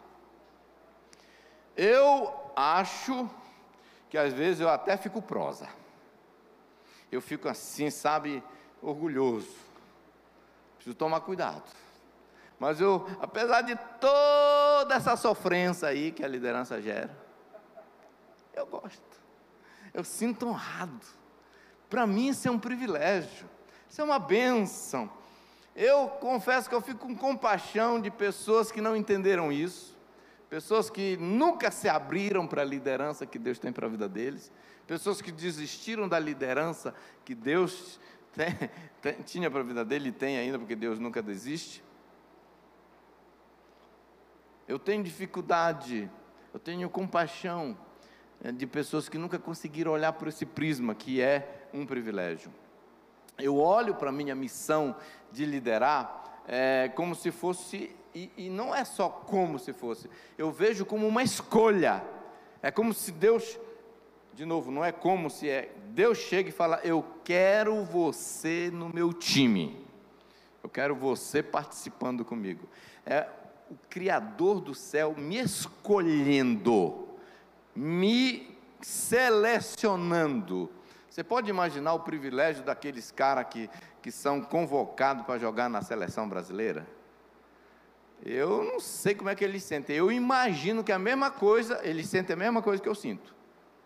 Eu acho que às vezes eu até fico prosa. Eu fico assim, sabe, orgulhoso. Preciso tomar cuidado. Mas eu, apesar de toda essa sofrência aí que a liderança gera, eu gosto. Eu sinto honrado. Para mim isso é um privilégio. Isso é uma bênção. Eu confesso que eu fico com compaixão de pessoas que não entenderam isso. Pessoas que nunca se abriram para a liderança que Deus tem para a vida deles. Pessoas que desistiram da liderança que Deus tem, tem, tinha para a vida dele e tem ainda, porque Deus nunca desiste. Eu tenho dificuldade, eu tenho compaixão de pessoas que nunca conseguiram olhar por esse prisma, que é um privilégio. Eu olho para a minha missão de liderar é, como se fosse, e, e não é só como se fosse, eu vejo como uma escolha. É como se Deus, de novo, não é como se é, Deus chega e fala: eu quero você no meu time, eu quero você participando comigo. É o Criador do céu me escolhendo, me selecionando. Você pode imaginar o privilégio daqueles caras que, que são convocados para jogar na seleção brasileira? Eu não sei como é que eles sentem. Eu imagino que a mesma coisa, eles sentem a mesma coisa que eu sinto,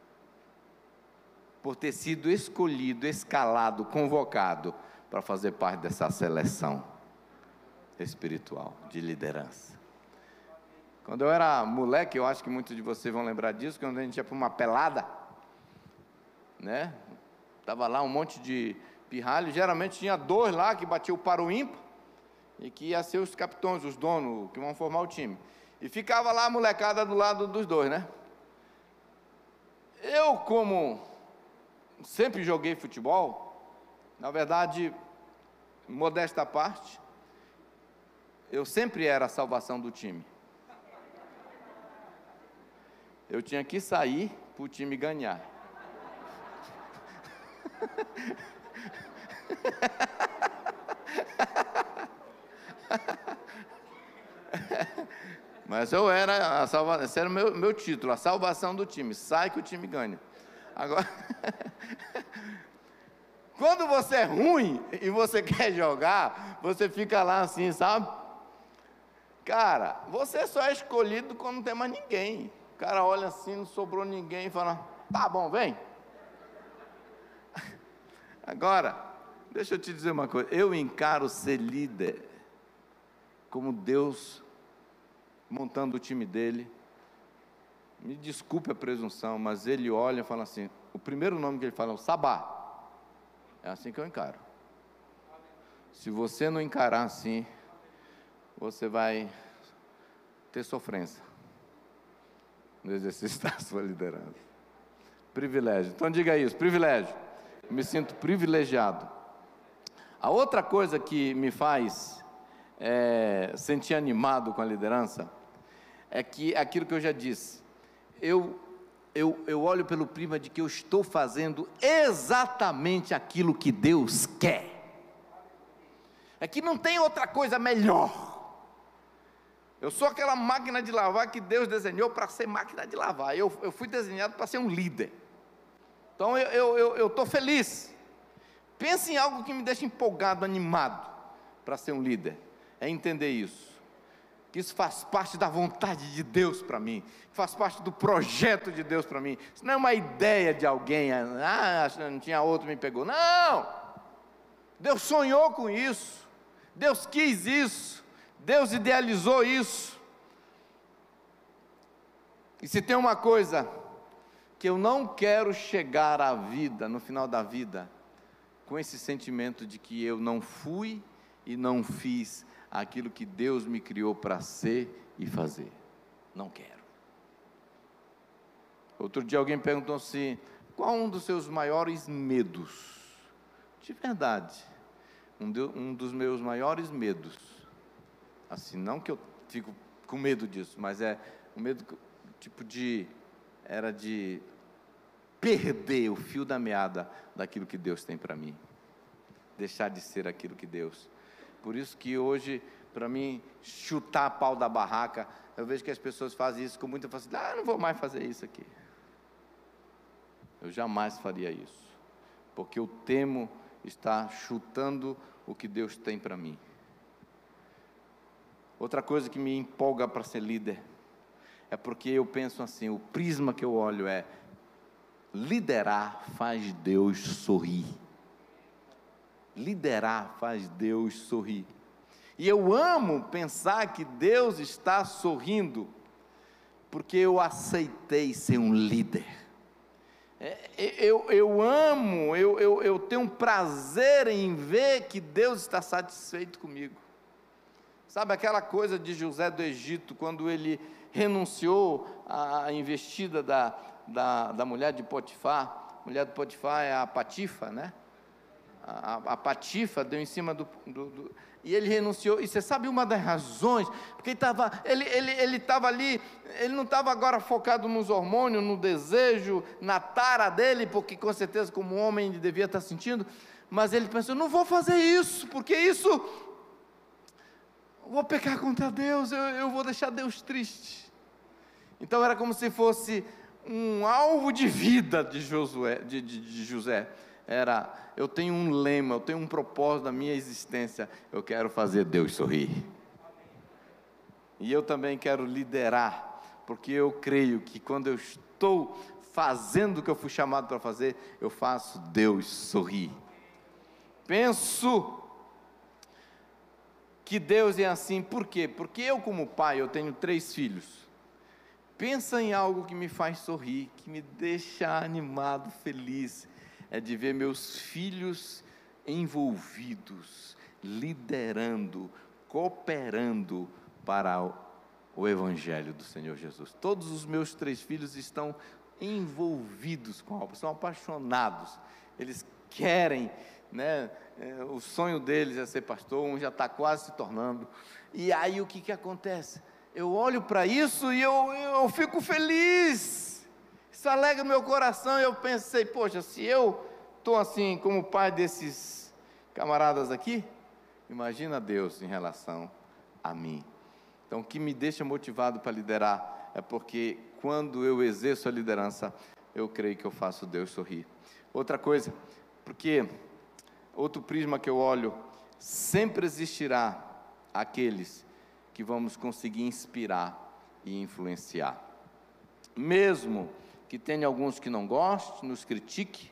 por ter sido escolhido, escalado, convocado para fazer parte dessa seleção espiritual, de liderança. Quando eu era moleque, eu acho que muitos de vocês vão lembrar disso, quando a gente ia para uma pelada, né? Estava lá um monte de pirralho, geralmente tinha dois lá que batiam para o ímpar, e que ia ser os capitões, os donos, que vão formar o time. E ficava lá a molecada do lado dos dois, né? Eu, como sempre joguei futebol, na verdade, modesta à parte, eu sempre era a salvação do time. Eu tinha que sair para o time ganhar. Mas eu era a salvação, esse era o meu, meu título, a salvação do time. Sai que o time ganha. Agora, quando você é ruim e você quer jogar, você fica lá assim, sabe? Cara, você só é escolhido quando não tem mais ninguém. O cara olha assim, não sobrou ninguém e fala: tá bom, vem. Agora, deixa eu te dizer uma coisa, eu encaro ser líder como Deus montando o time dele. Me desculpe a presunção, mas ele olha e fala assim, o primeiro nome que ele fala é o Sabá. É assim que eu encaro. Se você não encarar assim, você vai ter sofrência no exercício da sua liderança. Privilégio. Então diga isso, privilégio. Me sinto privilegiado. A outra coisa que me faz é, sentir animado com a liderança é que aquilo que eu já disse, eu, eu, eu olho pelo prisma de que eu estou fazendo exatamente aquilo que Deus quer. É que não tem outra coisa melhor. Eu sou aquela máquina de lavar que Deus desenhou para ser máquina de lavar. Eu, eu fui desenhado para ser um líder. Então eu estou feliz. Pense em algo que me deixa empolgado, animado para ser um líder. É entender isso. Que isso faz parte da vontade de Deus para mim. Faz parte do projeto de Deus para mim. Isso não é uma ideia de alguém. Ah, não tinha outro, me pegou. Não! Deus sonhou com isso. Deus quis isso. Deus idealizou isso. E se tem uma coisa que eu não quero chegar à vida, no final da vida, com esse sentimento de que eu não fui e não fiz aquilo que Deus me criou para ser e fazer. Não quero. Outro dia alguém perguntou assim, qual um dos seus maiores medos? De verdade, um, de, um dos meus maiores medos, assim, não que eu fico com medo disso, mas é o medo, tipo de, era de perder o fio da meada daquilo que Deus tem para mim, deixar de ser aquilo que Deus. Por isso que hoje, para mim, chutar a pau da barraca, eu vejo que as pessoas fazem isso com muita facilidade. Ah, não vou mais fazer isso aqui. Eu jamais faria isso, porque eu temo estar chutando o que Deus tem para mim. Outra coisa que me empolga para ser líder, é porque eu penso assim, o prisma que eu olho é, liderar faz Deus sorrir. Liderar faz Deus sorrir. E eu amo pensar que Deus está sorrindo, porque eu aceitei ser um líder. É, eu, eu amo, eu, eu, eu tenho um prazer em ver que Deus está satisfeito comigo. Sabe aquela coisa de José do Egito, quando ele renunciou à investida da, da, da mulher de Potifar? A mulher de Potifar é a Patifa, né? a, a patifa deu em cima do, do, do... E ele renunciou. E você sabe uma das razões? Porque ele estava ele, ele, ele estava ali, ele não estava agora focado nos hormônios, no desejo, na tara dele, porque com certeza como homem ele devia estar sentindo, mas ele pensou, não vou fazer isso, porque isso, vou pecar contra Deus, eu, eu vou deixar Deus triste. Então era como se fosse um alvo de vida de Josué, de, de, de José. Era, eu tenho um lema, eu tenho um propósito da minha existência, eu quero fazer Deus sorrir. E eu também quero liderar, porque eu creio que quando eu estou fazendo o que eu fui chamado para fazer, eu faço Deus sorrir. Penso que Deus é assim, por quê? Porque eu como pai, eu tenho três filhos. Pensa em algo que me faz sorrir, que me deixa animado, feliz, é de ver meus filhos envolvidos, liderando, cooperando para o, o Evangelho do Senhor Jesus. Todos os meus três filhos estão envolvidos com a obra, são apaixonados, eles querem, né, é, o sonho deles é ser pastor, um já está quase se tornando, e aí o que que acontece? Eu olho para isso e eu, eu fico feliz, isso alegra meu coração. E eu pensei, poxa, se eu estou assim como pai desses camaradas aqui, imagina Deus em relação a mim. Então o que me deixa motivado para liderar é porque quando eu exerço a liderança, eu creio que eu faço Deus sorrir. Outra coisa, porque outro prisma que eu olho, sempre existirá aqueles que vamos conseguir inspirar e influenciar, mesmo que tenha alguns que não gostem, nos critique,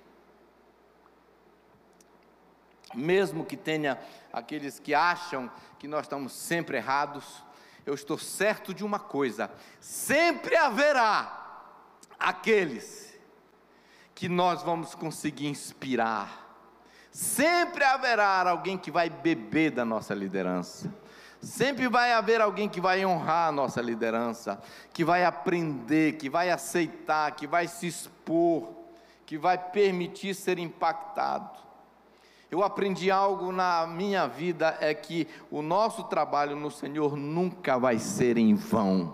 mesmo que tenha aqueles que acham que nós estamos sempre errados, eu estou certo de uma coisa, sempre haverá aqueles que nós vamos conseguir inspirar, sempre haverá alguém que vai beber da nossa liderança, sempre vai haver alguém que vai honrar a nossa liderança, que vai aprender, que vai aceitar, que vai se expor, que vai permitir ser impactado. Eu aprendi algo na minha vida, é que o nosso trabalho no Senhor nunca vai ser em vão,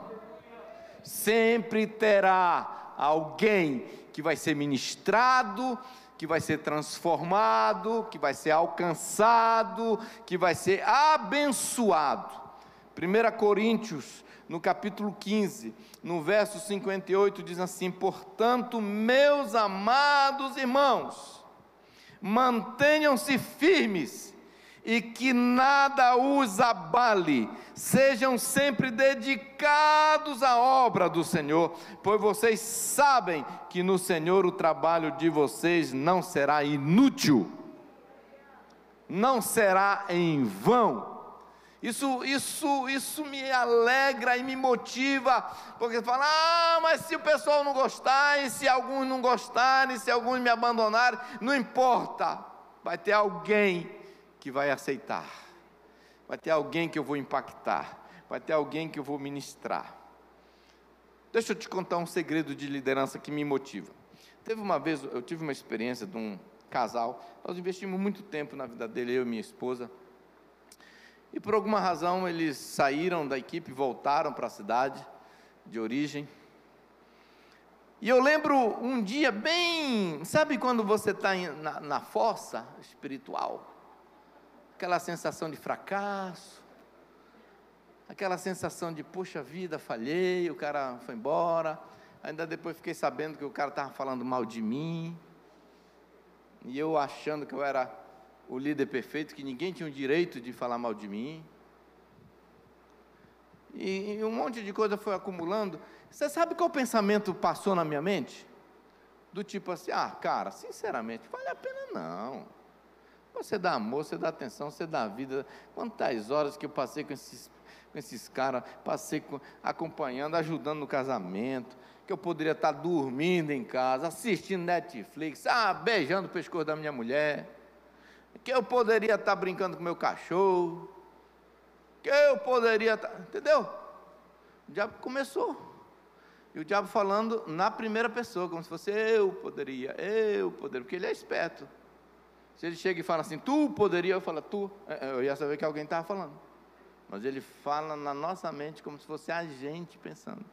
sempre terá alguém que vai ser ministrado, que vai ser transformado, que vai ser alcançado, que vai ser abençoado. primeira Coríntios, no capítulo quinze, no verso cinquenta e oito, diz assim: portanto, meus amados irmãos, mantenham-se firmes, e que nada os abale, sejam sempre dedicados à obra do Senhor, pois vocês sabem que no Senhor o trabalho de vocês não será inútil, não será em vão. Isso, isso, isso me alegra e me motiva, porque fala, ah, mas se o pessoal não gostar, e se alguns não gostarem, se alguns me abandonarem, não importa, vai ter alguém que vai aceitar, vai ter alguém que eu vou impactar, vai ter alguém que eu vou ministrar. Deixa eu te contar um segredo de liderança que me motiva. Teve uma vez, eu tive uma experiência de um casal, nós investimos muito tempo na vida dele, eu e minha esposa, e por alguma razão eles saíram da equipe, voltaram para a cidade de origem, e eu lembro um dia bem, sabe quando você está na, na fossa espiritual, aquela sensação de fracasso, aquela sensação de, puxa vida, falhei, o cara foi embora, ainda depois fiquei sabendo que o cara estava falando mal de mim, e eu achando que eu era o líder perfeito, que ninguém tinha o direito de falar mal de mim, e, e um monte de coisa foi acumulando. Você sabe qual pensamento passou na minha mente? Do tipo assim, ah, cara, sinceramente, vale a pena não. Você dá amor, você dá atenção, você dá vida. Quantas horas que eu passei com esses, com esses caras, passei com, acompanhando, ajudando no casamento, que eu poderia estar dormindo em casa, assistindo Netflix, ah, beijando o pescoço da minha mulher, que eu poderia estar brincando com meu cachorro, que eu poderia estar, entendeu? O diabo começou, e o diabo falando na primeira pessoa, como se fosse eu poderia, eu poderia, porque ele é esperto. Se ele chega e fala assim, tu poderia, eu falo, tu, eu ia saber que alguém estava falando. Mas ele fala na nossa mente como se fosse a gente pensando.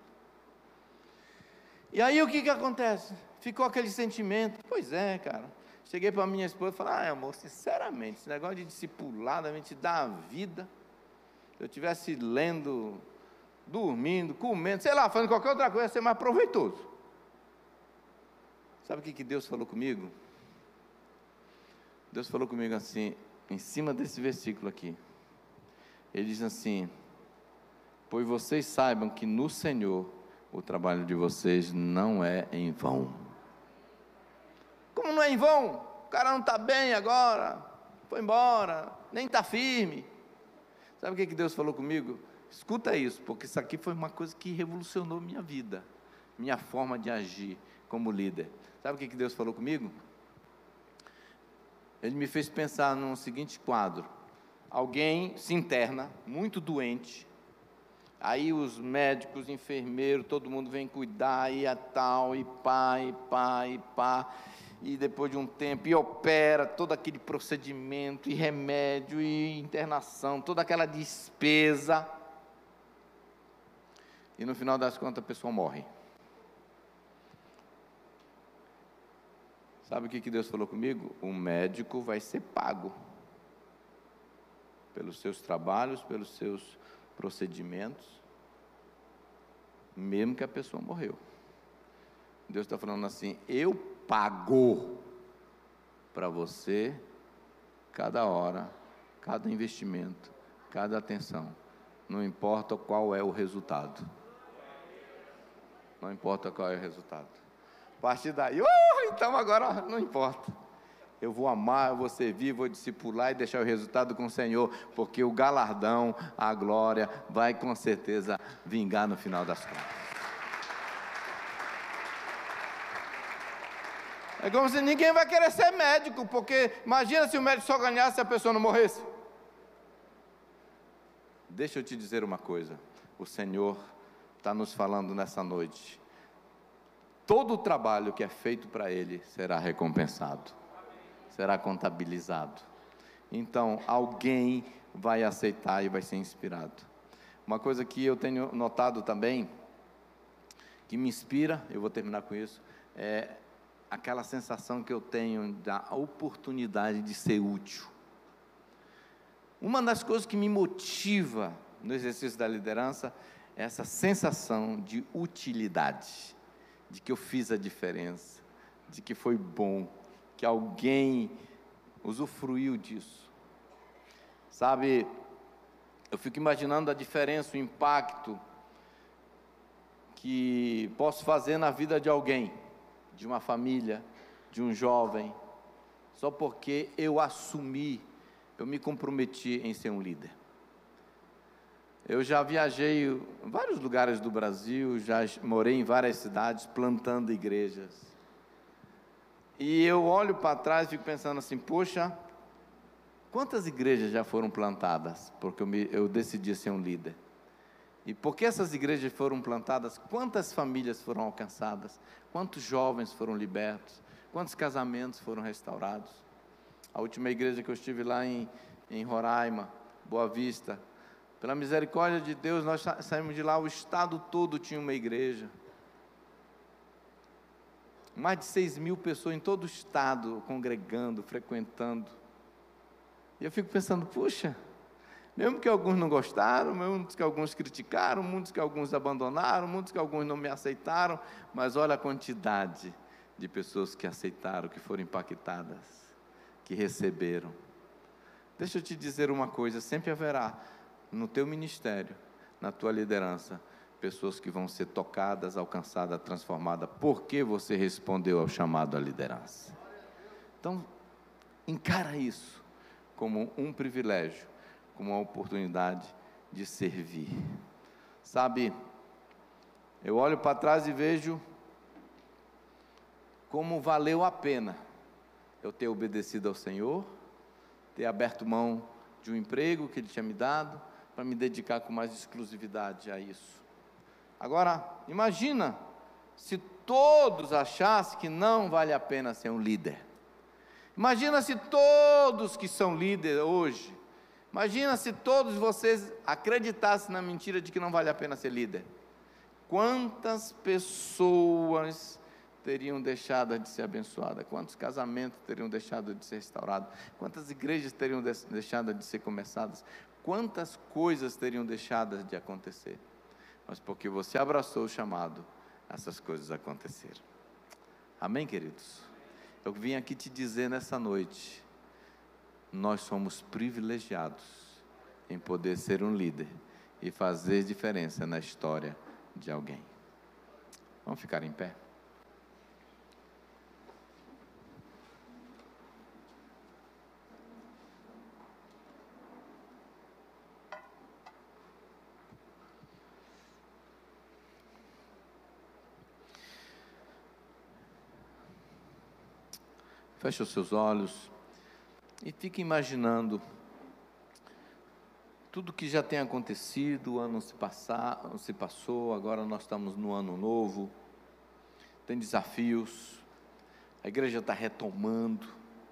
E aí o que que acontece? Ficou aquele sentimento, pois é, cara. Cheguei para minha esposa e falei, ah, amor, sinceramente, esse negócio de discipulado, a gente dá a vida. Se eu estivesse lendo, dormindo, comendo, sei lá, fazendo qualquer outra coisa, ia ser mais proveitoso. Sabe o que que Deus falou comigo? Deus falou comigo assim, em cima desse versículo aqui. Ele diz assim, pois vocês saibam que no Senhor o trabalho de vocês não é em vão. Como não é em vão? O cara não está bem agora, foi embora, nem está firme. Sabe o que que Deus falou comigo? Escuta isso, porque isso aqui foi uma coisa que revolucionou minha vida, minha forma de agir como líder. Sabe o que que Deus falou comigo? Ele me fez pensar no seguinte quadro. Alguém se interna, muito doente, aí os médicos, enfermeiros, todo mundo vem cuidar, e a tal, e pá, e pá, e pá, e depois de um tempo, e opera todo aquele procedimento, e remédio, e internação, toda aquela despesa, e no final das contas a pessoa morre. Sabe o que que Deus falou comigo? O médico vai ser pago pelos seus trabalhos, pelos seus procedimentos, mesmo que a pessoa morreu. Deus está falando assim, eu pago para você cada hora, cada investimento, cada atenção, não importa qual é o resultado. Não importa qual é o resultado. A partir daí, oh, então agora não importa. Eu vou amar, eu vou servir, vou discipular e deixar o resultado com o Senhor, porque o galardão, a glória, vai com certeza vingar no final das contas. É como se ninguém vai querer ser médico, porque imagina se o médico só ganhasse e a pessoa não morresse. Deixa eu te dizer uma coisa, o Senhor está nos falando nessa noite, todo o trabalho que é feito para Ele será recompensado, será contabilizado. Então, alguém vai aceitar e vai ser inspirado. Uma coisa que eu tenho notado também, que me inspira, eu vou terminar com isso, é aquela sensação que eu tenho da oportunidade de ser útil. Uma das coisas que me motiva no exercício da liderança é essa sensação de utilidade, de que eu fiz a diferença, de que foi bom, que alguém usufruiu disso. Sabe, eu fico imaginando a diferença, o impacto que posso fazer na vida de alguém, de uma família, de um jovem, só porque eu assumi, eu me comprometi em ser um líder. Eu já viajei em vários lugares do Brasil, já morei em várias cidades, plantando igrejas. E eu olho para trás e fico pensando assim, poxa, quantas igrejas já foram plantadas? Porque eu, me, eu decidi ser um líder. E porque essas igrejas foram plantadas, quantas famílias foram alcançadas? Quantos jovens foram libertos? Quantos casamentos foram restaurados? A última igreja que eu estive lá em, em Roraima, Boa Vista, pela misericórdia de Deus, nós saímos de lá, o estado todo tinha uma igreja. Mais de seis mil pessoas em todo o estado, congregando, frequentando. E eu fico pensando, puxa, mesmo que alguns não gostaram, mesmo que alguns criticaram, muitos que alguns abandonaram, muitos que alguns não me aceitaram, mas olha a quantidade de pessoas que aceitaram, que foram impactadas, que receberam. Deixa eu te dizer uma coisa, sempre haverá no teu ministério, na tua liderança, pessoas que vão ser tocadas, alcançadas, transformadas, porque você respondeu ao chamado à liderança. Então, encara isso como um privilégio, como uma oportunidade de servir. Sabe, eu olho para trás e vejo como valeu a pena eu ter obedecido ao Senhor, ter aberto mão de um emprego que Ele tinha me dado, para me dedicar com mais exclusividade a isso. Agora, imagina se todos achassem que não vale a pena ser um líder. Imagina se todos que são líderes hoje, imagina se todos vocês acreditassem na mentira de que não vale a pena ser líder. Quantas pessoas teriam deixado de ser abençoadas? Quantos casamentos teriam deixado de ser restaurados? Quantas igrejas teriam deixado de ser começadas? Quantas coisas teriam deixado de acontecer? Mas porque você abraçou o chamado, essas coisas aconteceram. Amém, queridos? Eu vim aqui te dizer nessa noite, nós somos privilegiados em poder ser um líder e fazer diferença na história de alguém. Vamos ficar em pé? Feche os seus olhos e fique imaginando tudo que já tem acontecido. O ano se, passar, se passou, agora nós estamos no ano novo, tem desafios, a igreja está retomando,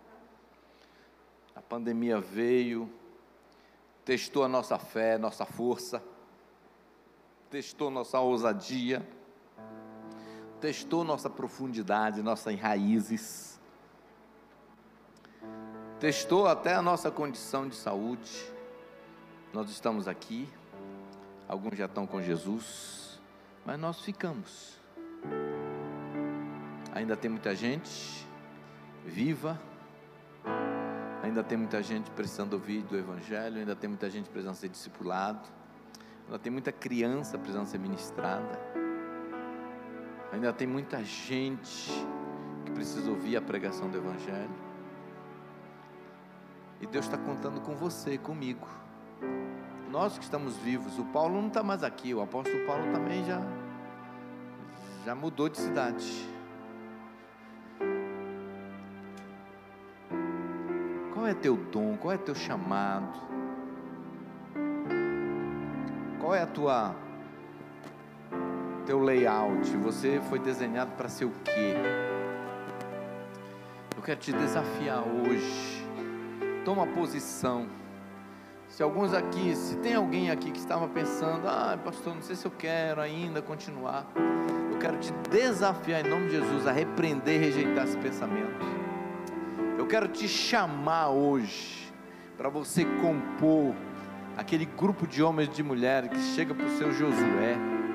a pandemia veio, testou a nossa fé, nossa força, testou nossa ousadia, testou nossa profundidade, nossas raízes, testou até a nossa condição de saúde. Nós estamos aqui, alguns já estão com Jesus, mas nós ficamos. Ainda tem muita gente viva, ainda tem muita gente precisando ouvir do Evangelho, ainda tem muita gente precisando ser discipulado, ainda tem muita criança precisando ser ministrada, ainda tem muita gente que precisa ouvir a pregação do Evangelho. E Deus está contando com você, comigo. Nós que estamos vivos. O Paulo não está mais aqui. O apóstolo Paulo também já Já mudou de cidade. Qual é teu dom? Qual é teu chamado? Qual é a tua Teu layout? Você foi desenhado para ser o quê? Eu quero te desafiar hoje. Toma posição. Se alguns aqui, se tem alguém aqui que estava pensando, ah, pastor, não sei se eu quero ainda continuar, eu quero te desafiar em nome de Jesus a repreender e rejeitar esse pensamento. Eu quero te chamar hoje para você compor aquele grupo de homens e de mulheres que chega para o seu Josué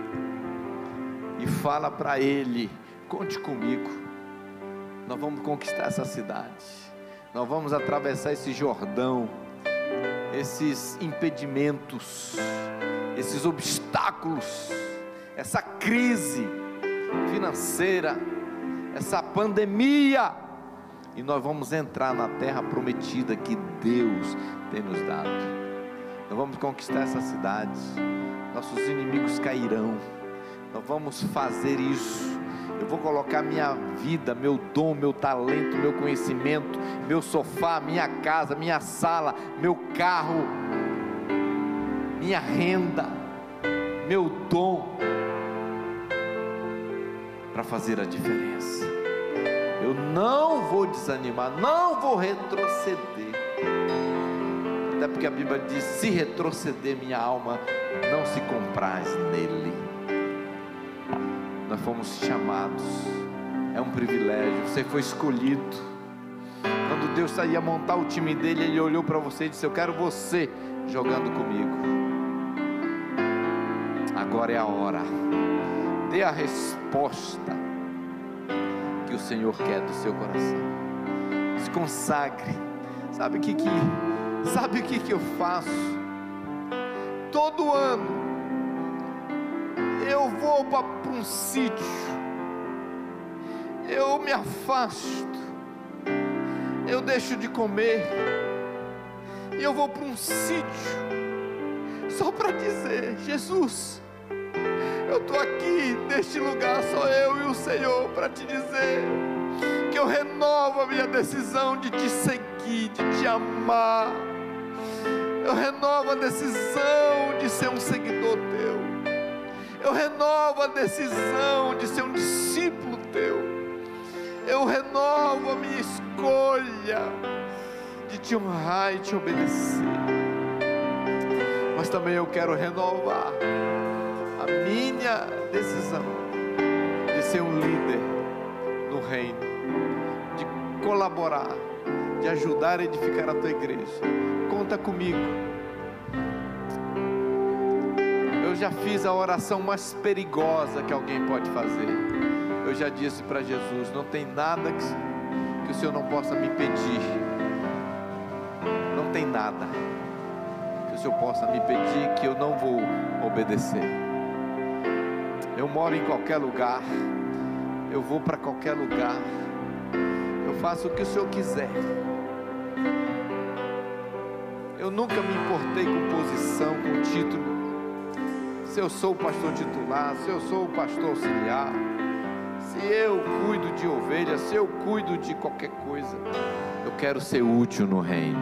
e fala para ele: conte comigo, nós vamos conquistar essa cidade. Nós vamos atravessar esse Jordão, esses impedimentos, esses obstáculos, essa crise financeira, essa pandemia, e nós vamos entrar na terra prometida que Deus tem nos dado. Nós vamos conquistar essa cidade, nossos inimigos cairão, nós vamos fazer isso. Eu vou colocar minha vida, meu dom, meu talento, meu conhecimento, meu sofá, minha casa, minha sala, meu carro, minha renda, meu dom, para fazer a diferença. Eu não vou desanimar, não vou retroceder, até porque a Bíblia diz: se retroceder minha alma, não se compraz nele. Nós fomos chamados, é um privilégio, você foi escolhido. Quando Deus ia montar o time dele, Ele olhou para você e disse: eu quero você jogando comigo. Agora é a hora, dê a resposta que o Senhor quer do seu coração, se consagre. Sabe o que que, sabe o que que eu faço? Todo ano, eu vou para um sítio, eu me afasto, eu deixo de comer, e eu vou para um sítio, só para dizer: Jesus, eu estou aqui neste lugar, só eu e o Senhor, para te dizer que eu renovo a minha decisão de te seguir, de te amar. Eu renovo a decisão de ser um seguidor teu. Eu renovo a decisão de ser um discípulo teu. Eu renovo a minha escolha escolha de te honrar e te obedecer. Mas também eu quero renovar a minha decisão de ser um líder no reino, de colaborar, de ajudar a edificar a tua igreja. Conta comigo. Eu já fiz a oração mais perigosa que alguém pode fazer. Eu já disse para Jesus: não tem nada que, que o Senhor não possa me pedir. Não tem nada que o Senhor possa me pedir que eu não vou obedecer. Eu moro em qualquer lugar, eu vou para qualquer lugar, eu faço o que o Senhor quiser. Eu nunca me importei com posição, com título. Se eu sou o pastor titular, se eu sou o pastor auxiliar, se eu cuido de ovelhas, se eu cuido de qualquer coisa, eu quero ser útil no reino.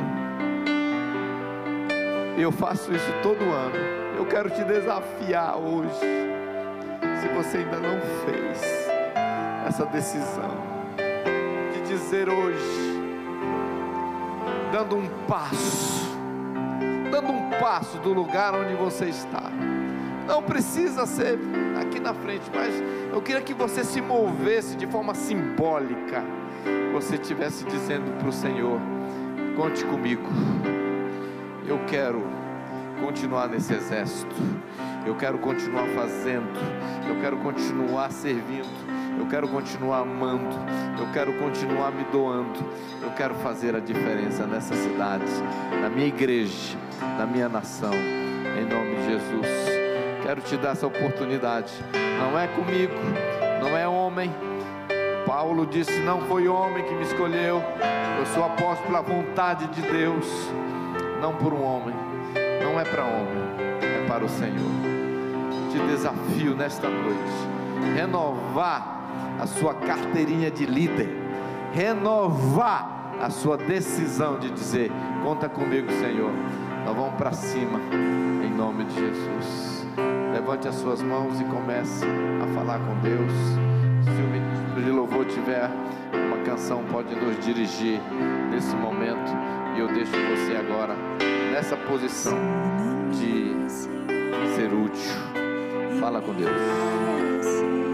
Eu faço isso todo ano. Eu quero te desafiar hoje, se você ainda não fez essa decisão, de dizer hoje, dando um passo, dando um passo do lugar onde você está. Não precisa ser aqui na frente, mas eu queria que você se movesse de forma simbólica. Você estivesse dizendo para o Senhor: conte comigo. Eu quero continuar nesse exército. Eu quero continuar fazendo. Eu quero continuar servindo. Eu quero continuar amando. Eu quero continuar me doando. Eu quero fazer a diferença nessa cidade, na minha igreja, na minha nação. Em nome de Jesus. Quero te dar essa oportunidade. Não é comigo, não é homem. Paulo disse: não foi homem que me escolheu. Eu sou apóstolo pela vontade de Deus, não por um homem. Não é para homem, é para o Senhor. Te desafio nesta noite, renovar a sua carteirinha de líder, renovar a sua decisão de dizer: conta comigo, Senhor. Nós vamos para cima, em nome de Jesus. Levante as suas mãos e comece a falar com Deus. Se o ministro de louvor tiver uma canção, pode nos dirigir nesse momento. E eu deixo você agora nessa posição de ser útil. Fala com Deus.